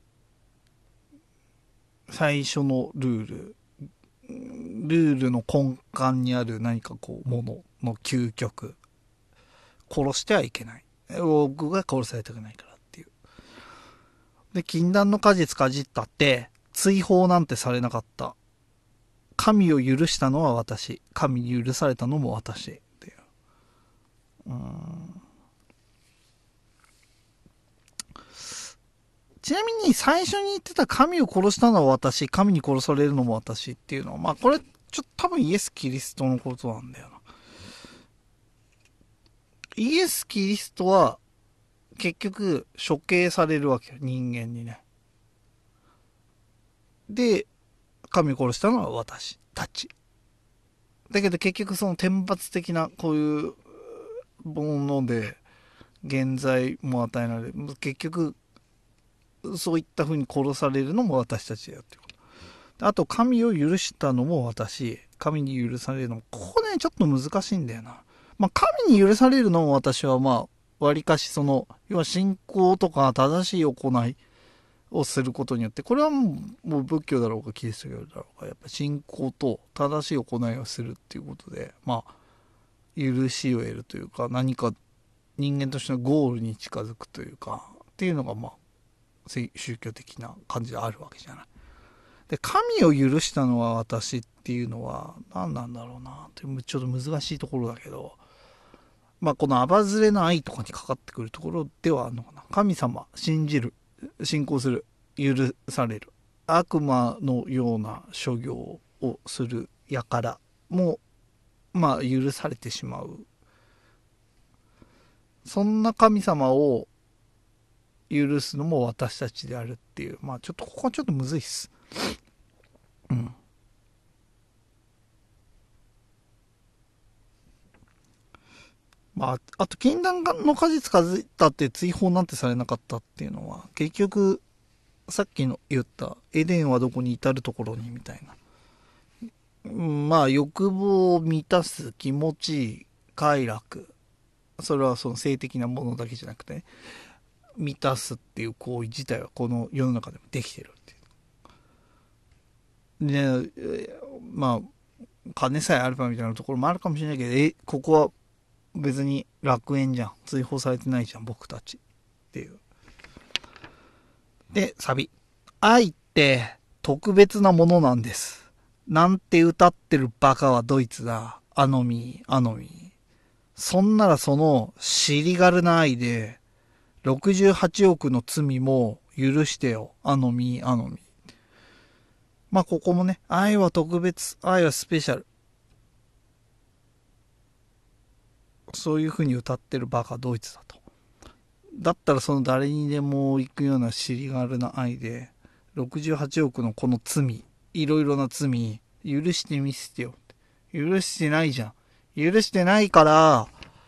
最初のルール、ルールの根幹にある何かこうものの究極、殺してはいけない。僕が殺されたくないからっていう。で、禁断の果実かじったって、追放なんてされなかった。神を許したのは私。神に許されたのも私。っていう。うーん。ちなみに最初に言ってた神を殺したのは私、神に殺されるのも私っていうのは、まあこれ、ちょっと多分イエス・キリストのことなんだよな。イエス・キリストは結局処刑されるわけよ、人間にね。で、神を殺したのは私たち。だけど結局その天罰的なこういうもので現在も与えられる。結局そういった風に殺されるのも私たちだよっていうこと。あと神を許したのも私。神に許されるのも、ここねちょっと難しいんだよな。まあ神に許されるのも私はまあ割かしその要は信仰とか正しい行いをすることによって、これはもう、もう仏教だろうがキリスト教だろうが、やっぱ信仰と正しい行いをするっていうことで、まあ許しを得るというか、何か人間としてのゴールに近づくというかっていうのがまあ宗教的な感じであるわけじゃない。で、神を許したのは私っていうのは何なんだろうなってちょっと難しいところだけど、まあこのアバズレの愛とかにかかってくるところではあるのかな。神様信じる、信仰する、許される、悪魔のような所業をする輩もまあ許されてしまう。そんな神様を許すのも私たちであるっていう、まあちょっとここはちょっとむずいっす。うん。まあ、あと禁断の果実かじったって追放なんてされなかったっていうのは、結局さっきの言ったエデンはどこに至るところにみたいな、まあ欲望を満たす気持ち、快楽、それはその性的なものだけじゃなくて、ね、満たすっていう行為自体はこの世の中でもできてるっていう。で、まあ金さえあればみたいなところもあるかもしれないけど、えここは別に楽園じゃん、追放されてないじゃん僕たちっていう。でサビ、愛って特別なものなんですなんて歌ってるバカはドイツだ。アノミーアノミー。そんならその尻軽な愛でろくじゅうはちおくの罪も許してよ。アノミーアノミー。まあここもね、愛は特別、愛はスペシャル。そういう風に歌ってるバカドイツだと。 だったらその誰にでも行くような尻軽な愛で、ろくじゅうはちおくのこの罪、いろいろな罪、許してみせてよ。許してないじゃん。許してないから、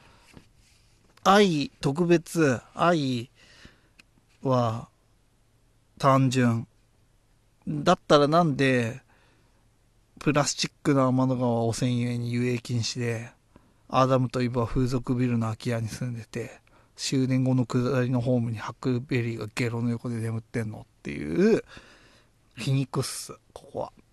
愛、特別、愛は単純。だったらなんで、プラスチックな天の川汚染ゆえに遊泳禁止で、アダムとイブは風俗ビルの空き家に住んでて、終電後の下りのホームにハクベリーがゲロの横で眠ってんのっていう、皮肉っす、ここは。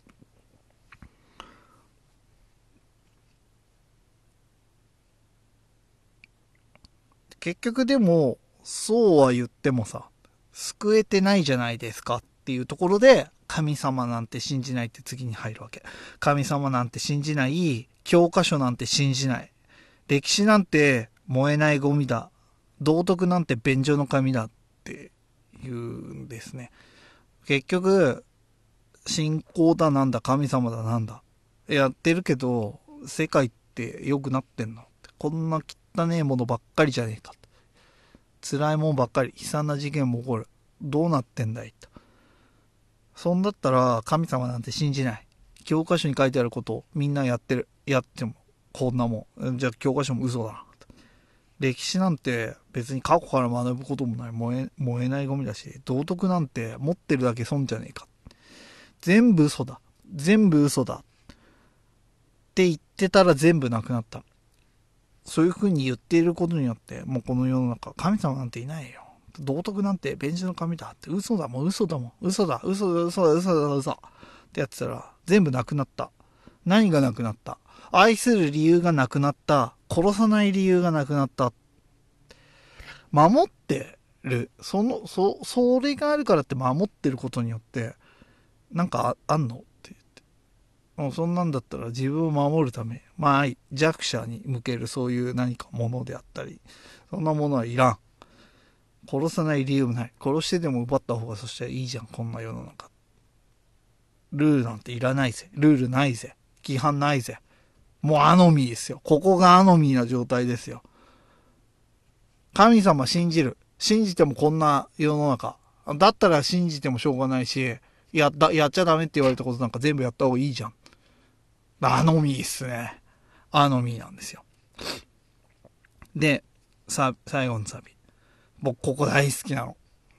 結局でも、そうは言ってもさ、救えてないじゃないですかっていうところで、神様なんて信じないって次に入るわけ。神様なんて信じない、教科書なんて信じない、歴史なんて燃えないゴミだ、道徳なんて便所の紙だって言うんですね。結局、信仰だなんだ、神様だなんだ。やってるけど、世界って良くなってんの？こんな汚ねえものばっかりじゃねえか。辛いもんばっかり、悲惨な事件も起こる。どうなってんだいと。そんだったら神様なんて信じない。教科書に書いてあることをみんなやってる。やってもこんなもん。じゃあ教科書も嘘だな。歴史なんて別に過去から学ぶこともない。燃え、燃えないゴミだし、道徳なんて持ってるだけ損じゃねえか。全部嘘だ。全部嘘だ。って言ってたら全部なくなった。そういう風に言っていることによって、もうこの世の中、神様なんていないよ。道徳なんて便所の紙だって、嘘だもん、嘘だもん、嘘だ、嘘だ、嘘だ、嘘だ、嘘だ。ってやってたら、全部なくなった。何がなくなった？愛する理由がなくなった。殺さない理由がなくなった。守ってる。その、そ、それがあるからって守ってることによって、なんかあ、あんのって言って。もうそんなんだったら自分を守るため、まあ弱者に向けるそういう何かものであったり、そんなものはいらん。殺さない理由もない。殺してでも奪った方がそしたらいいじゃん、こんな世の中。ルールなんていらないぜ。ルールないぜ。規範ないぜ。もうアノミーですよ。ここがアノミーな状態ですよ。神様信じる。信じてもこんな世の中。だったら信じてもしょうがないし、やった、やっちゃダメって言われたことなんか全部やった方がいいじゃん。アノミーっすね。アノミーなんですよ。で、さ、最後のサビ。僕ここ大好きなの。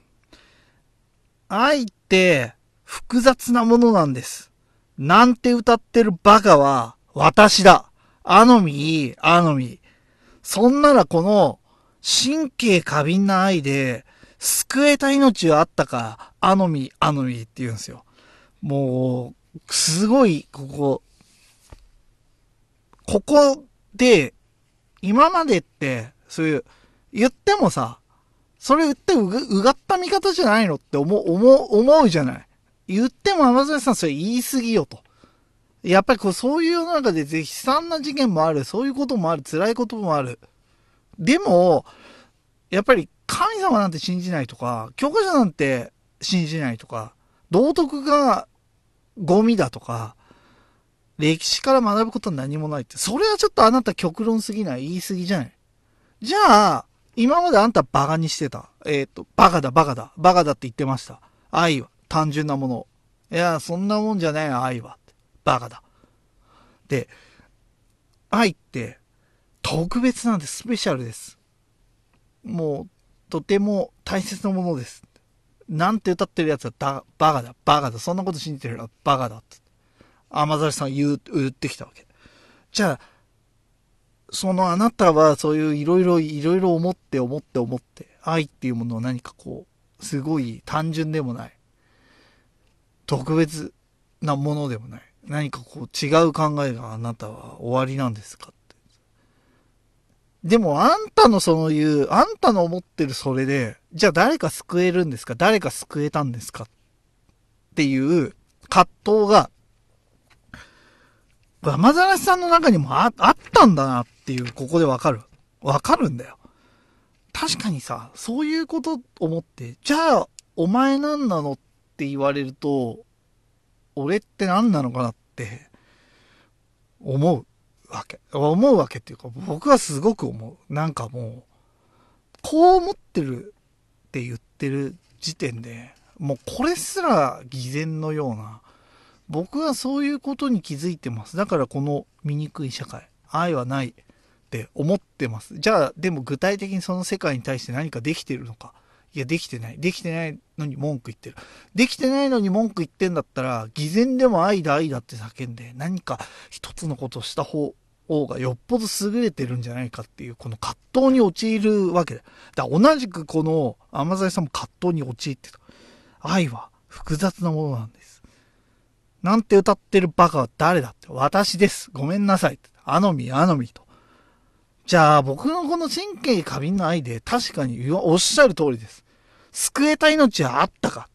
愛って複雑なものなんです。なんて歌ってるバカは私だ。アノミー、アノミー。そんならこの神経過敏な愛で救えた命はあったか、アノミー、アノミーって言うんですよ。もう、すごい、ここ、ここで、今までって、そういう、言ってもさ、それ言ってううがった見方じゃないのって思う、思う、思うじゃない。言っても天添さんそれ言い過ぎよと。やっぱりこうそういう世の中で悲惨な事件もある、そういうこともある、辛いこともある。でも、やっぱり神様なんて信じないとか、教科書なんて信じないとか、道徳がゴミだとか、歴史から学ぶことは何もないって、それはちょっとあなた極論すぎない？言い過ぎじゃない？じゃあ、今まであんたバカにしてた。えっと、バカだ、バカだ、バカだって言ってました。愛は単純なもの。いや、そんなもんじゃない愛は。バカだ。で、愛って特別なんです。スペシャルです。もう、とても大切なものです。なんて歌ってるやつはだバカだ、バカだ。そんなこと信じてるのはバカだって。天猿さん言う、言ってきたわけ。じゃあ、そのあなたはそういういろいろいろいろ思って思って思って、愛っていうものを何かこう、すごい単純でもない。特別なものでもない。何かこう違う考えがあなたは終わりなんですかって。でもあんたのそういう、あんたの思ってるそれで、じゃあ誰か救えるんですか？誰か救えたんですか？っていう葛藤が、山ざらしさんの中にも あ, あったんだなっていう、ここでわかる。わかるんだよ。確かにさ、そういうこと思って、じゃあ、お前何なのって言われると、俺って何なのかなって思うわけ。思うわけっていうか、僕はすごく思う。なんかもこう思ってるって言ってる時点で、もうこれすら偽善のような、僕はそういうことに気づいてます。だからこの醜い社会、愛はないって思ってます。じゃあ、でも具体的にその世界に対して何かできてるのか。いや、できてない。できてないのに文句言ってる。できてないのに文句言ってんだったら、偽善でも愛だ愛だって叫んで、何か一つのことをした方がよっぽど優れてるんじゃないかっていう、この葛藤に陥るわけだ。だから同じくこの天沢さんも葛藤に陥ってた。愛は複雑なものなんです。なんて歌ってるバカは誰だって。私です。ごめんなさい。アノミ、アノミと。じゃあ僕のこの神経過敏な愛で確かにおっしゃる通りです。救えた命はあったか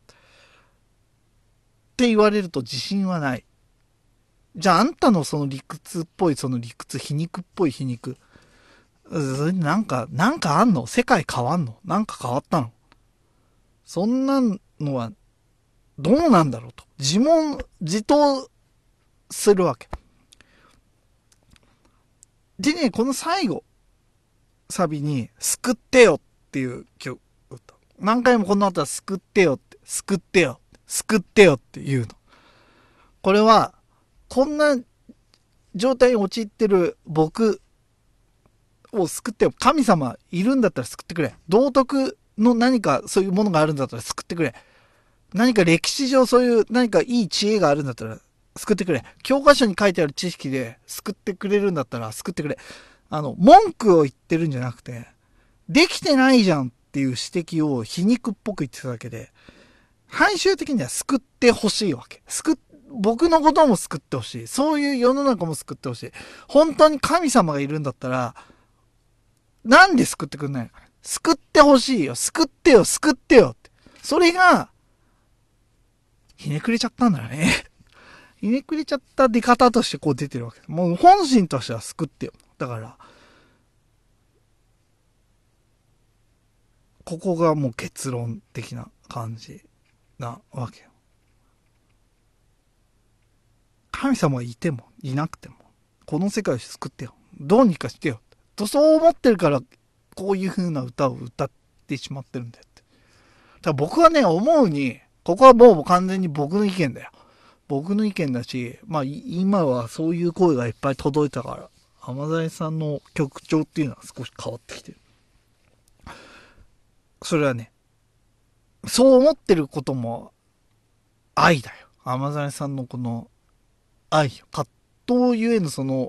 って言われると自信はない。じゃああんたのその理屈っぽいその理屈、皮肉っぽい皮肉。それなんか、なんかあんの？世界変わんの？なんか変わったの？そんなのはどうなんだろうと。自問自答するわけ。でね、この最後、サビに、救ってよっていう曲歌。何回もこの後は救ってよって、救ってよ、救ってよって言うの。これは、こんな状態に陥ってる僕を救ってよ。神様いるんだったら救ってくれ。道徳の何かそういうものがあるんだったら救ってくれ。何か歴史上そういう何かいい知恵があるんだったら救ってくれ。教科書に書いてある知識で救ってくれるんだったら救ってくれ。あの、文句を言ってるんじゃなくて、できてないじゃんっていう指摘を皮肉っぽく言ってただけで、最終的には救ってほしいわけ。救っ、僕のことも救ってほしい。そういう世の中も救ってほしい。本当に神様がいるんだったら、なんで救ってくんないの？救ってほしいよ。救ってよ、救ってよって。それが、ひねくれちゃったんだよね。ひねくれちゃった出方としてこう出てるわけ。もう本心としては救ってよ。だから、ここがもう結論的な感じなわけよ。神様いてもいなくても、この世界を救ってよ。どうにかしてよ。とそう思ってるから、こういう風な歌を歌ってしまってるんだよって。だから僕はね、思うに、ここはもう完全に僕の意見だよ。僕の意見だし、まあ今はそういう声がいっぱい届いたから、浜崎さんの曲調っていうのは少し変わってきてる。それはね、そう思ってることも愛だよ。浜崎さんのこの愛よ。葛藤ゆえのその、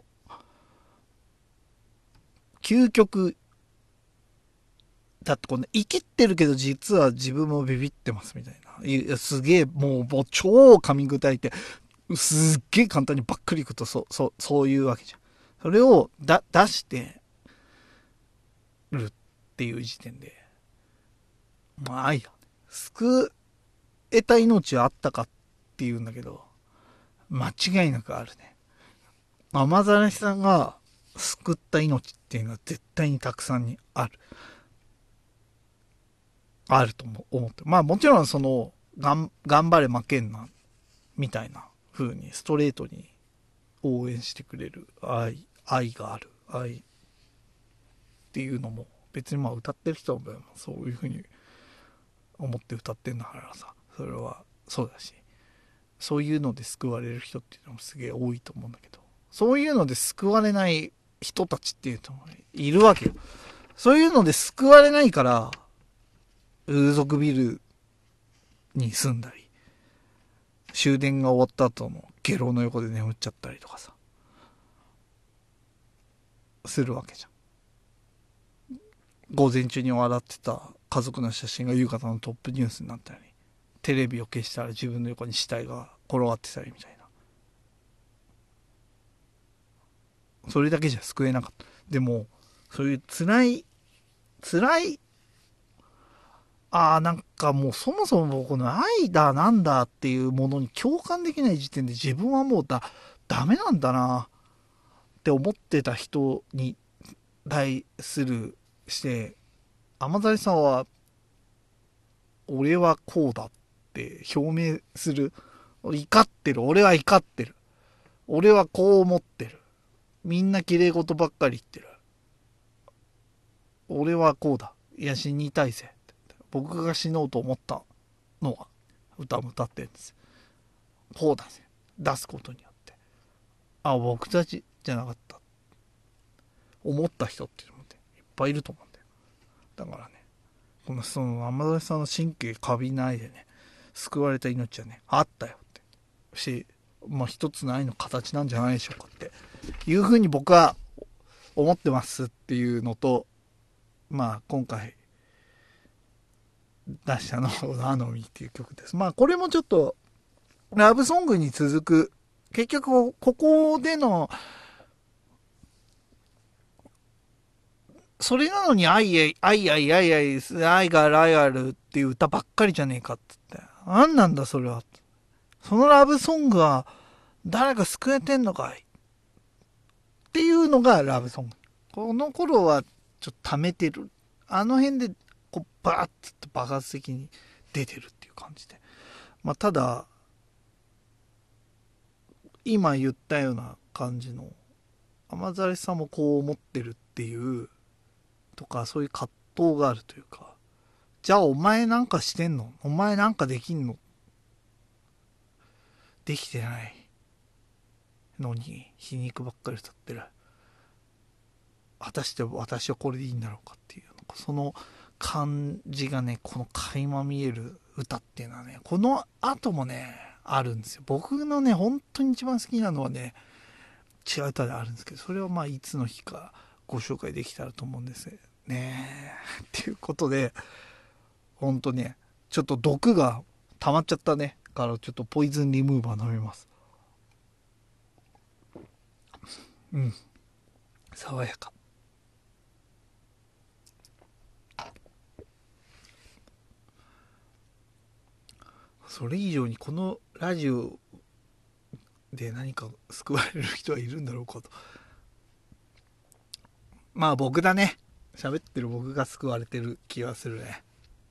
究極、だってこの生きってるけど実は自分もビビってますみたいな。いやすげえ、もう、もう超噛み砕いて、すっげえ簡単にばっくりいくとそう、そう、そういうわけじゃん。それをだ出してるっていう時点で、まあ愛だ。救えた命はあったかっていうんだけど、間違いなくあるね。雨ざらしさんが救った命っていうのは絶対にたくさんにある。あると思って。まあもちろんその、がん頑張れ負けんな、みたいな風にストレートに応援してくれる愛、愛がある。愛っていうのも、別にまあ歌ってる人はそういう風に思って歌ってんだからさ、それはそうだし、そういうので救われる人っていうのもすげえ多いと思うんだけど、そういうので救われない人たちっていうのもいるわけよ。そういうので救われないから、風俗ビルに住んだり、終電が終わった後の下呂の横で眠っちゃったりとかさ、するわけじゃん。午前中に笑ってた家族の写真が夕方のトップニュースになったり、テレビを消したら自分の横に死体が転がってたりみたいな。それだけじゃ救えなかった。でも、そういう辛い、辛い、ああ、なんかもうそもそもこの愛だなんだっていうものに共感できない時点で自分はもうだ、ダメなんだなって思ってた人に対するして、天谷さんは、俺はこうだって表明する。怒ってる。俺は怒ってる。俺はこう思ってる。みんな綺麗事ばっかり言ってる。俺はこうだ。 いや死にたいぜって、僕が死のうと思ったのが歌も歌ってるんですよ。こうだぜ、出すことによって、あ、僕たちじゃなかった思った人っていうのも、ね、いっぱいいると思うんだよ。だからね、このその天崎さんの神経過敏な愛でね、救われた命はねあったよってし、まあ一つの愛の形なんじゃないでしょうかっていうふうに僕は思ってますっていうのと、まあ今回出したのがアノミっていう曲です。まあこれもちょっとラブソングに続く、結局ここでのそれなのに愛愛愛愛愛愛愛がある愛があるっていう歌ばっかりじゃねえかっつって、何なんだそれは、そのラブソングは誰か救えてんのかいっていうのがラブソング。この頃はちょっと溜めてる、あの辺でこうバーッと爆発的に出てるっていう感じで、まあただ今言ったような感じの雨ざさんもこう思ってるっていうとか、そういう葛藤があるというか、じゃあお前なんかしてんの、お前なんかできんの、できてないのに皮肉ばっかり歌ってる、果たして私はこれでいいんだろうかっていう、その感じがね、この垣間見える歌っていうのはね、この後もねあるんですよ。僕のね本当に一番好きなのはね、違う歌であるんですけど、それはまあいつの日かご紹介できたらと思うんですね。っていうことで、本当ね、ちょっと毒が溜まっちゃったねからちょっとポイズンリムーバー飲みます。うん、爽やか。それ以上にこのラジオで何か救われる人はいるんだろうかと。まあ僕だね、喋ってる僕が救われてる気はするね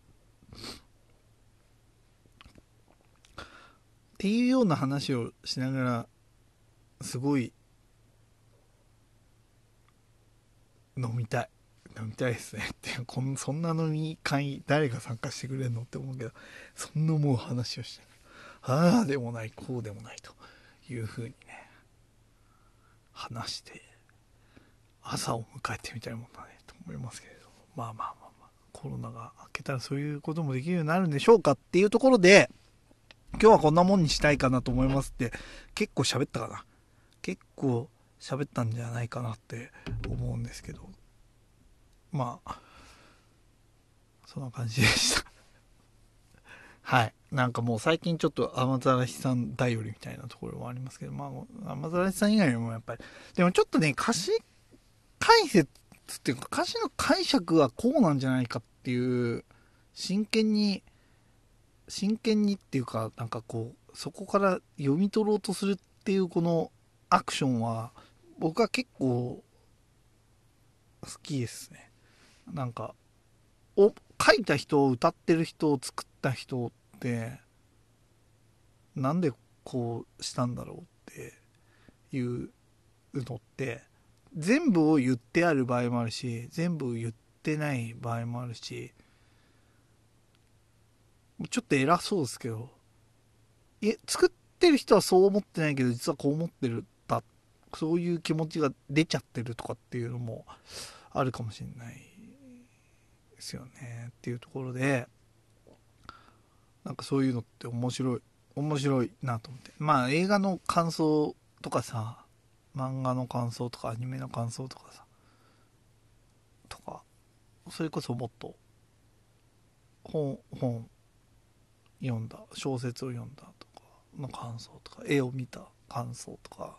っていうような話をしながら、すごい飲みたい飲みたいですねっていう、こんそんな飲み会誰が参加してくれるのって思うけど、そんなもう話をしてああでもないこうでもないというふうにね話して朝を迎えてみたいもんだねと思いますけれども、まあまあまあまあ、コロナが明けたらそういうこともできるようになるんでしょうかっていうところで、今日はこんなもんにしたいかなと思いますって、結構喋ったかな、結構喋ったんじゃないかなって思うんですけど、まあそんな感じでしたはい。なんかもう最近ちょっと雨ざらしさん頼りみたいなところもありますけど、まあ雨ざらしさん以外にもやっぱり、でもちょっとね、歌詞解説っていうか歌詞の解釈はこうなんじゃないかっていう、真剣に真剣にっていうか、なんかこうそこから読み取ろうとするっていうこのアクションは僕は結構好きですね。なんかお書いた人を歌ってる人を作った人ってなんでこうしたんだろうっていうのって、全部を言ってある場合もあるし、全部言ってない場合もあるし、ちょっと偉そうですけど、いえ作ってる人はそう思ってないけど実はこう思ってるだ、そういう気持ちが出ちゃってるとかっていうのもあるかもしれないですよねっていうところで、なんかそういうのって面白い面白いなと思って、まあ映画の感想とかさ、漫画の感想とかアニメの感想とかさとか、それこそもっと本本読んだ小説を読んだとかの感想とか、絵を見た感想とか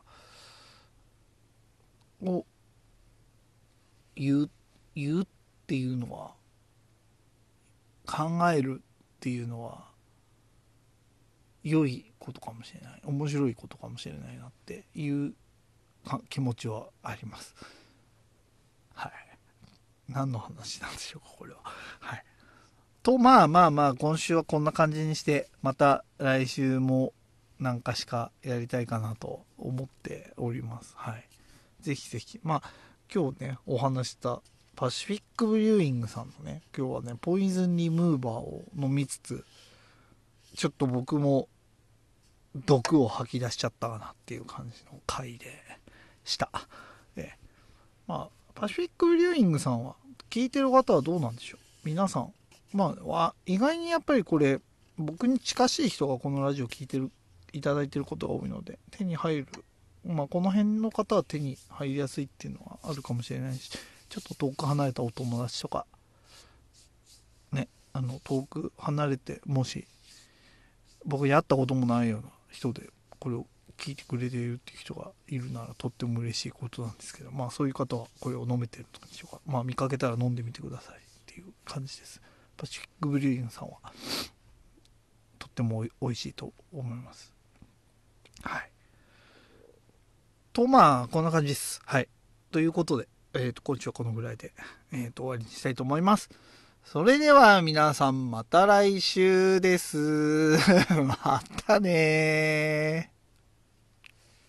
を言う言うっていうのは、考えるっていうのは良いことかもしれない、面白いことかもしれないなっていう気持ちはあります。はい。何の話なんでしょうかこれは。はい。とまあまあまあ今週はこんな感じにして、また来週も何かしかやりたいかなと思っております。はい。ぜひぜひ、まあ今日ねお話したパシフィックブリューイングさんのね、今日はね、ポイズンリムーバーを飲みつつ、ちょっと僕も毒を吐き出しちゃったかなっていう感じの回でした。えまあ、パシフィックブリューイングさんは、聞いてる方はどうなんでしょう。皆さん、まあ、意外にやっぱりこれ、僕に近しい人がこのラジオ聞いてる、いただいてることが多いので、手に入る。まあ、この辺の方は手に入りやすいっていうのはあるかもしれないし、ちょっと遠く離れたお友達とか、ね、あの、遠く離れて、もし、僕に会ったこともないような人で、これを聞いてくれているっていう人がいるなら、とっても嬉しいことなんですけど、まあ、そういう方はこれを飲めてるんでしょうか。まあ、見かけたら飲んでみてくださいっていう感じです。パシフィックブリューイングさんは、とっても美味しいと思います。はい。と、まあ、こんな感じです。はい。ということで、えっと、今週はこのぐらいで、えっと、終わりにしたいと思います。それでは皆さんまた来週です。またねー。